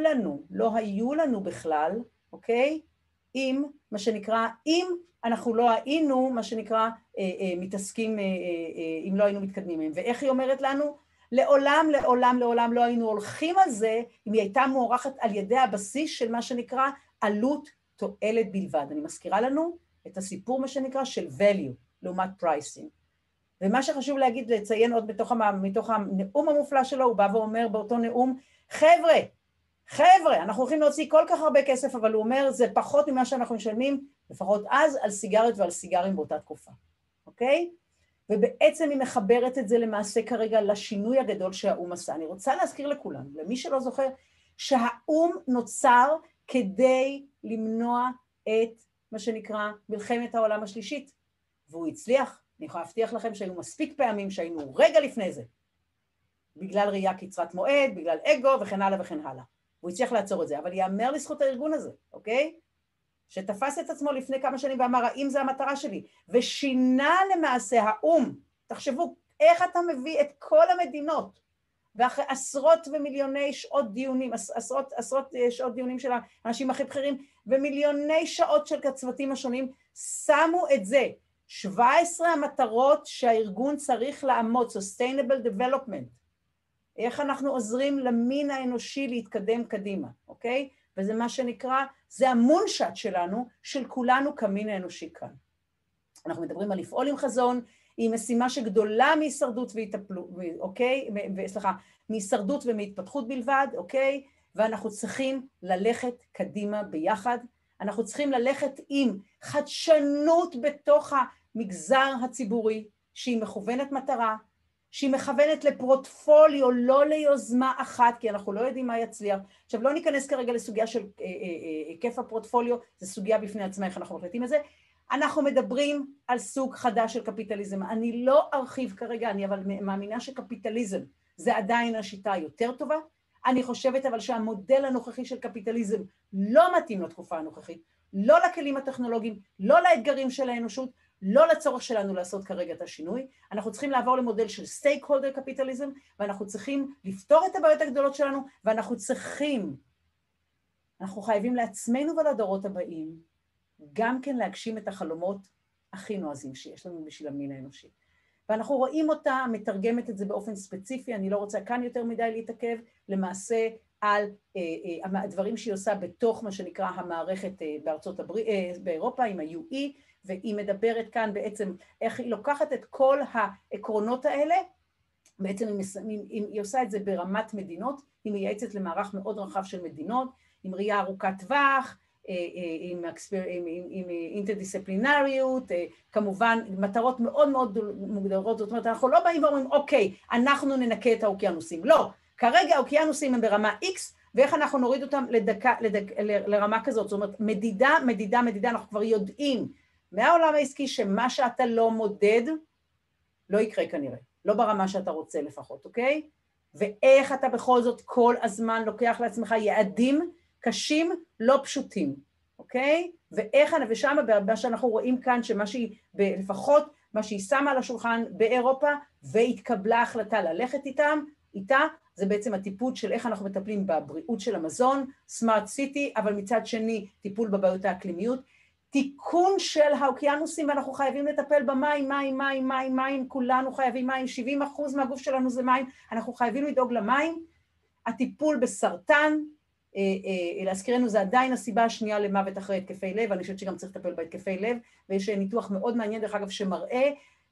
היו לנו בכלל, אוקיי? אם, מה שנקרא, אם אנחנו לא היינו, מה שנקרא, מתעסקים, אם לא היינו מתקדמים מהם. ואיך היא אומרת לנו? לעולם, לעולם, לעולם לא היינו הולכים על זה, אם היא הייתה מוערכת על ידי הבסיס של מה שנקרא עלות תועלת בלבד. אני מזכירה לנו את הסיפור, מה שנקרא, של value, לעומת pricing. ומה שחשוב להגיד, לציין עוד מתוך הנאום המופלא שלו, הוא בא ואומר באותו נאום, חבר'ה, אנחנו הולכים להוציא כל כך הרבה כסף, אבל הוא אומר, זה פחות ממה שאנחנו משלמים, לפחות אז, על סיגריות ועל סיגרים באותה תקופה, אוקיי? ובעצם היא מחברת את זה למעשה כרגע לשינוי הגדול שהאום עשה. אני רוצה להזכיר לכולם, למי שלא זוכר, שהאום נוצר כדי למנוע את מה שנקרא מלחמת העולם השלישית, והוא הצליח. אני יכולה להבטיח לכם שהיו מספיק פעמים שהיינו רגע לפני זה, בגלל ראייה קצרת מועד, בגלל אגו וכן הלאה וכן הלאה. הוא הצליח לעצור את זה, אבל יאמר לזכות הארגון הזה, אוקיי? שתפס את עצמו לפני כמה שנים ואמר, האם זה המטרה שלי? ושינה למעשה האום, תחשבו איך אתה מביא את כל המדינות, ואחרי עשרות ומיליוני שעות דיונים, עשרות שעות דיונים של האנשים הכי בכירים, ומיליוני שעות של הצוותים השונים, שמו את זה, 17 המטרות שהארגון צריך לעמוד, Sustainable Development, איך אנחנו עוזרים למין האנושי להתקדם קדימה, אוקיי? וזה מה שנקרא, זה המונשט שלנו, של כולנו כמין האנושי כאן. אנחנו מדברים על לפעול עם חזון, היא משימה שגדולה מהישרדות והתאפלות, אוקיי? סליחה, מהישרדות ומהתפתחות בלבד, אוקיי? ואנחנו צריכים ללכת קדימה ביחד, אנחנו צריכים ללכת עם חדשנות בתוך המגזר הציבורי, שהיא מכוונת מטרה, שהיא מכוונת לפרוטפוליו, לא ליוזמה אחת, כי אנחנו לא יודעים מה יצליח. עכשיו, לא ניכנס כרגע לסוגיה של היקף הפרוטפוליו, זו סוגיה בפני עצמה, איך אנחנו מחליטים את זה. אנחנו מדברים על סוג חדש של קפיטליזם. אני לא ארחיב כרגע, אני אבל מאמינה שקפיטליזם זה עדיין השיטה היותר טובה. אני חושבת אבל שהמודל הנוכחי של קפיטליזם לא מתאים לתקופה הנוכחית, לא לכלים הטכנולוגיים, לא לאתגרים של האנושות, לא לצורך שלנו לעשות כרגע את השינוי. אנחנו צריכים לעבור למודל של סטייקהולדר קפיטליזם, ואנחנו צריכים לפתור את הבעיות הגדולות שלנו, אנחנו חייבים לעצמנו ולדורות הבאים, גם כן להגשים את החלומות הכי נועזים שיש לנו בשביל המין האנושי. ואנחנו רואים אותה, מתרגמת את זה באופן ספציפי, אני לא רוצה כאן יותר מדי להתעכב, למעשה על הדברים שהיא עושה בתוך מה שנקרא המערכת באירופה עם ה-UE, והיא מדברת כאן בעצם איך היא לוקחת את כל העקרונות האלה, בעצם היא עושה את זה ברמת מדינות, היא מייעצת למערך מאוד רחב של מדינות, עם ראייה ארוכת טווח, עם אינטרדיסציפלינריות, כמובן מטרות מאוד מאוד מוגדרות, זאת אומרת אנחנו לא באים ואומרים אוקיי, אנחנו ננקה את האוקיינוסים, לא, כרגע האוקיינוסים הם ברמה X, ואיך אנחנו נוריד אותם לרמה כזאת, זאת אומרת מדידה, אנחנו כבר יודעים מהעולם העסקי שמה שאתה לא מודד, לא יקרה כנראה, לא ברמה שאתה רוצה לפחות, אוקיי? ואיך אתה בכל זאת כל הזמן לוקח לעצמך יעדים קשים, לא פשוטים, אוקיי? ושם מה שאנחנו רואים כאן, לפחות מה שהיא שמה על השולחן באירופה, והתקבלה החלטה ללכת איתה, זה בעצם הטיפול של איך אנחנו מטפלים בבריאות של המזון, סמארט סיטי, אבל מצד שני טיפול בבעיות האקלימיות, תיקון של האוקיינוסים, ואנחנו חייבים לטפל במים, מים, כולנו חייבים מים, 70% מהגוף שלנו זה מים, אנחנו חייבים לדאוג למים, הטיפול בסרטן, להזכירנו זה עדיין הסיבה השנייה למוות אחרי התקפי לב, אני חושבת שגם צריך לטפל בהתקפי לב, ויש ניתוח מאוד מעניין דרך אגב שמראה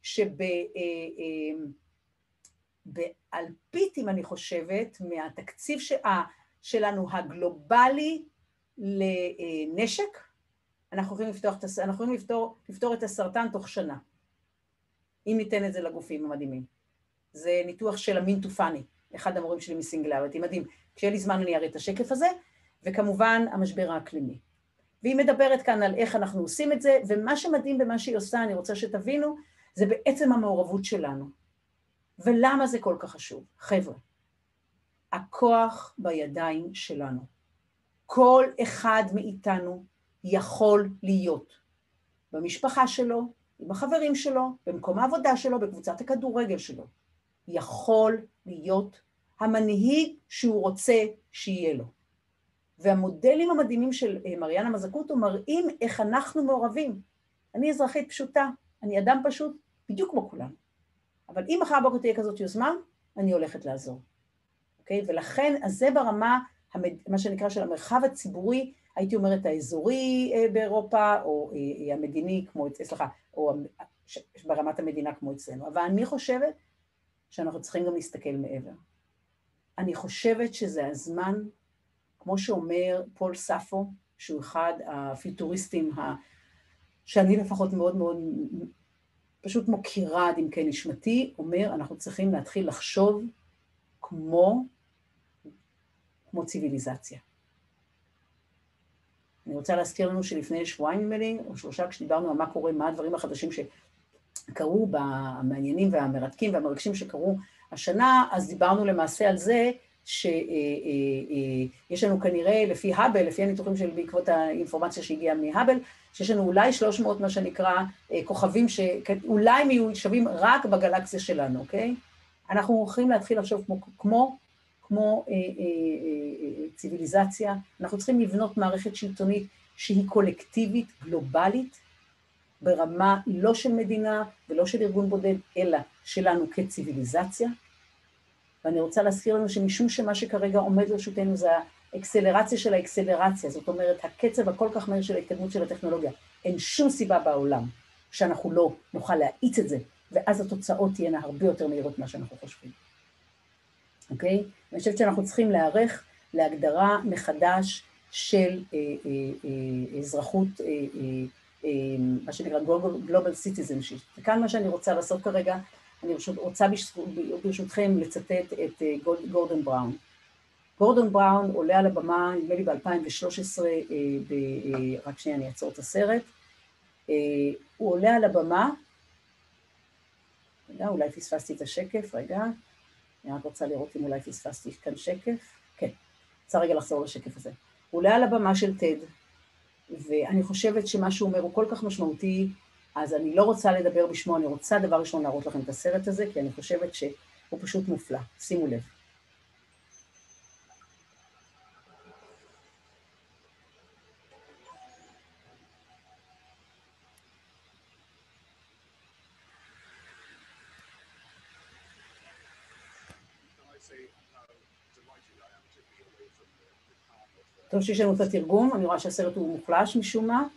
באלפיתים אני חושבת, מהתקציב שלנו הגלובלי לנשק, אנחנו יכולים לפתור את הסרטן תוך שנה, אם ניתן את זה לגופים המדהימים. זה ניתוח של אמין תופני, אחד המורים שלי מסינגלריטי, מדהים. כשיהיה לי זמן אני אראה את השקף הזה, וכמובן המשבר האקלימי. והיא מדברת כאן על איך אנחנו עושים את זה, ומה שמדהים במה שהיא עושה, אני רוצה שתבינו, זה בעצם המעורבות שלנו. ולמה זה כל כך חשוב? חבר'ה, הכוח בידיים שלנו. כל אחד מאיתנו יכול להיות במשפחה שלו, עם החברים שלו, במקום העבודה שלו, בקבוצת הכדורגל שלו. יכול להיות המנהיג שהוא רוצה שיהיה לו. והמודלים המדהימים של מריאנה מזקוטו מראים איך אנחנו מעורבים. אני אזרחית פשוטה, אני אדם פשוט, בדיוק כמו כולם. אבל אם מחר בוקר תהיה כזאת יוזמה, אני הולכת לעזור. אוקיי? ולכן, אז זה ברמה, מה שנקרא של המרחב הציבורי, הייתי אומרת האזורי באירופה, או המדיני כמו, סליחה, או ברמת המדינה כמו אצלנו. אבל אני חושבת שאנחנו צריכים גם להסתכל מעבר. אני חושבת שזה הזמן, כמו שאומר פול סאפו, שהוא אחד הפיוטוריסטים שאני לפחות מאוד מאוד פשוט מוכירה עד עמקי נשמתי, אומר, אנחנו צריכים להתחיל לחשוב כמו ציוויליזציה. אני רוצה להזכיר לנו שלפני שבועיים ממני, או 3, כשדיברנו על מה קורה, מה הדברים החדשים שקרו, המעניינים והמרתקים והמרגשים שקרו השנה, אז דיברנו למעשה על זה, שיש לנו כנראה, לפי האבל, לפי הניתוחים של בעקבות האינפורמציה שהגיעה מהאבל, שיש לנו אולי 300, מה שנקרא, כוכבים שאולי מיושבים רק בגלקסיה שלנו, אוקיי? אנחנו הולכים להתחיל לחשוב כמו ציוויליזציה, אנחנו צריכים לבנות מערכת שלטונית שהיא קולקטיבית, גלובלית, ברמה לא של מדינה ולא של ארגון בודד, אלא שלנו כציוויליזציה. ואני רוצה להזכיר לנו שמשום שמה שכרגע עומד לרשותנו זה האקסלרציה של האקסלרציה, זאת אומרת, הקצב הכל כך מהיר של ההתקדמות של הטכנולוגיה, אין שום סיבה בעולם שאנחנו לא נוכל להאיץ את זה, ואז התוצאות תהיינה הרבה יותר מהירות מה שאנחנו חושבים. אוקיי? אני חושבת שאנחנו צריכים להיערך להגדרה מחדש של אזרחות, מה שנקרא Global Citizenship. וכאן מה שאני רוצה לעשות כרגע, אני רוצה ברשותכם לצטט את גורדון בראון. גורדון בראון עולה על הבמה, נדמה לי ב-2013, רק שנייה אני אעצור את הסרט, הוא עולה על הבמה, רגע, אולי פספסתי את השקף, רגע, אני רק רוצה לראות אם אולי פספסתי כאן שקף, כן, רוצה רגע לחזור לשקף הזה. הוא עולה על הבמה של טד, ואני חושבת שמה שהוא אומר הוא כל כך משמעותי, אז אני לא רוצה לדבר בשמו, אני רוצה דבר ראשון להראות לכם את הסרט הזה, כי אני חושבת שהוא פשוט מופלא, שימו לב. טוב שיש לנו את התרגום, אני רואה שהסרט הוא מוחלש משום מה.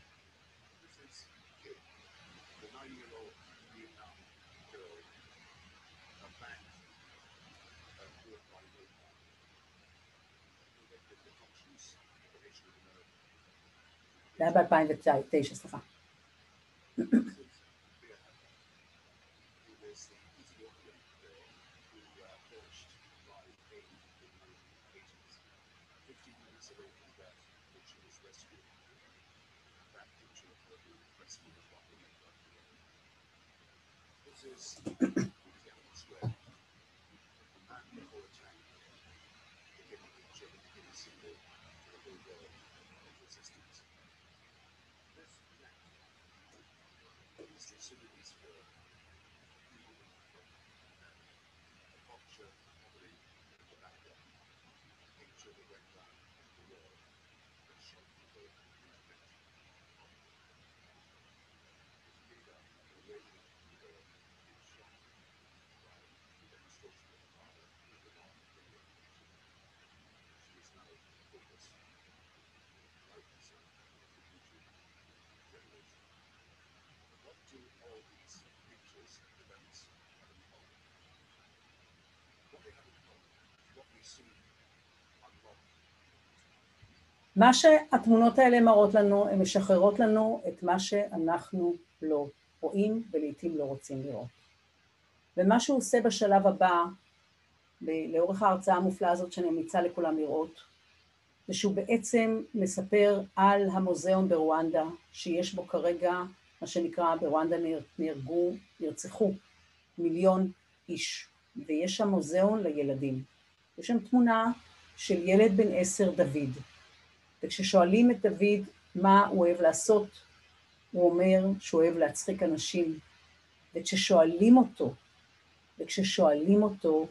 זה היה ב-2009, סליחה. מה שהתמונות האלה מראות לנו, הן משחררות לנו את מה שאנחנו לא רואים ולעיתים לא רוצים לראות. ומה שהוא עושה בשלב הבא, לאורך ההרצאה המופלאה הזאת שאני ממליצה לכולם לראות, זה שהוא בעצם מספר על המוזיאון ברואנדה, שיש בו כרגע, מה שנקרא, ברואנדה נרצחו 1,000,000 איש, ויש שם מוזיאון לילדים. יש שם תמונה של ילד בן 10, דוד, וכששואלים את דוד מה הוא אוהב לעשות, הוא אומר שהוא אוהב להצחיק אנשים, וכששואלים אותו,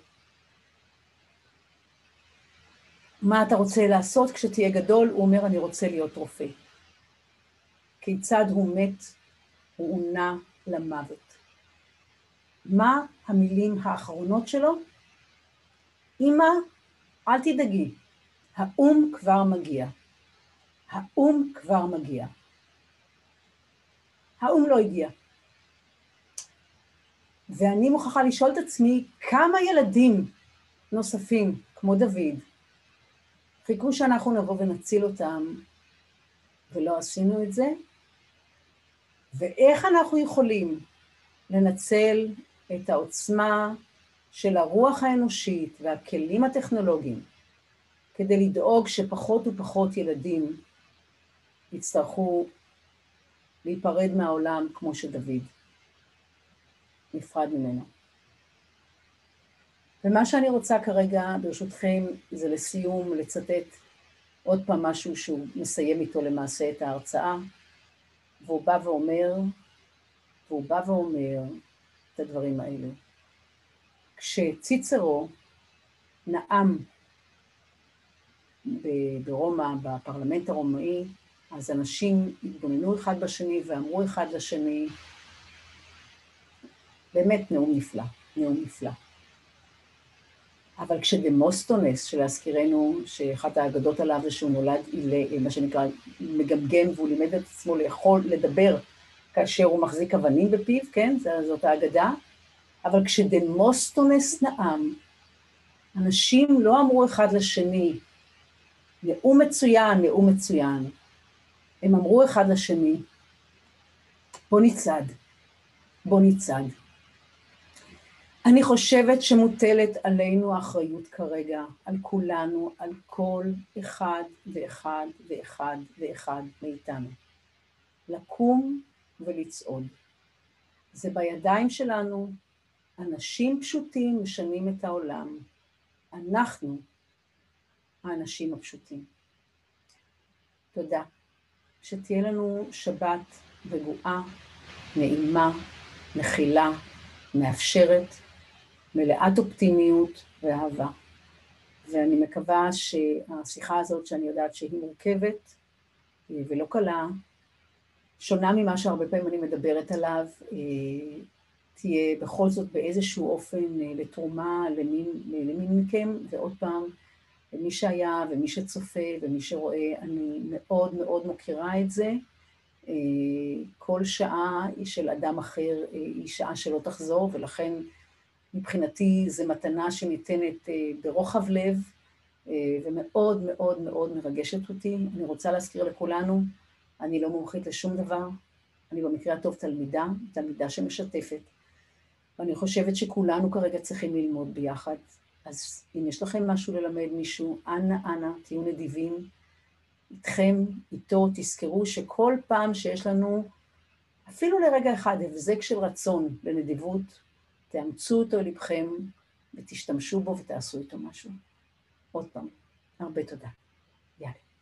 מה אתה רוצה לעשות כשתהיה גדול, הוא אומר אני רוצה להיות רופא. כיצד הוא מת, הוא עונה למוות. מה המילים האחרונות שלו? אמא, אל תדאגי, האום כבר מגיע. האום כבר מגיע. האום לא הגיע. ואני מוכרחה לשאול את עצמי, כמה ילדים נוספים, כמו דוד, חיכו שאנחנו נבוא ונציל אותם, ולא עשינו את זה? ואיך אנחנו יכולים לנצל את העוצמה של הרוח האנושית והכלים הטכנולוגיים, כדי לדאוג שפחות ופחות ילדים יצטרכו להיפרד מהעולם כמו שדוד נפרד ממנו. ומה שאני רוצה כרגע, ברשותכם, זה לסיום, לצטט עוד פעם משהו שהוא מסיים איתו למעשה את ההרצאה, והוא בא ואומר את הדברים האלו. כשציצרו נאם ברומא, בפרלמנט הרומאי, אז אנשים התבוננו אחד בשני ואמרו אחד לשני, באמת נאום נפלא, נאום נפלא. אבל כשדמוסטונס, שלהזכירנו, שאחת האגדות עליו זה שהוא נולד, מה שנקרא, מגמגם, והוא לימד את עצמו לדבר כאשר הוא מחזיק אבנים בפיו, כן? זאת האגדה. אבל כשדמוסטונס נאם, אנשים לא אמרו אחד לשני, נאום מצוין, נאום מצוין. הם אמרו אחד לשני, בוא נצעד, בוא נצעד. אני חושבת שמוטלת עלינו האחריות כרגע, על כולנו, על כל אחד ואחד ואחד ואחד מאיתנו. לקום ולצעוד. זה בידיים שלנו, אנשים פשוטים משנים את העולם. אנחנו האנשים הפשוטים. תודה. שתהיה לנו שבת רגועה, נעימה, מכילה, מאפשרת, מלאת אופטימיות ואהבה. ואני מקווה שהשיחה הזאת, שאני יודעת שהיא מורכבת ולא קלה, שונה ממה שהרבה פעמים אני מדברת עליו, תהיה בכל זאת באיזשהו אופן לתרומה למי מכם, ועוד פעם, למי שהיה ומי שצופה ומי שרואה, אני מאוד מאוד מוכירה את זה. כל שעה של אדם אחר היא שעה שלא תחזור, ולכן מבחינתי זו מתנה שניתנת ברוחב לב, ומאוד מאוד מאוד מרגשת אותי. אני רוצה להזכיר לכולנו, אני לא מומחית לשום דבר, אני במקרה הטוב תלמידה שמשתפת, ואני חושבת שכולנו כרגע צריכים ללמוד ביחד. אז אם יש לכם משהו ללמד מישהו, אנא, תהיו נדיבים, איתכם, איתו, תזכרו שכל פעם שיש לנו, אפילו לרגע אחד, הבזק של רצון לנדיבות, תאמצו אותו לבכם, ותשתמשו בו ותעשו איתו משהו. עוד פעם, הרבה תודה. יאללה.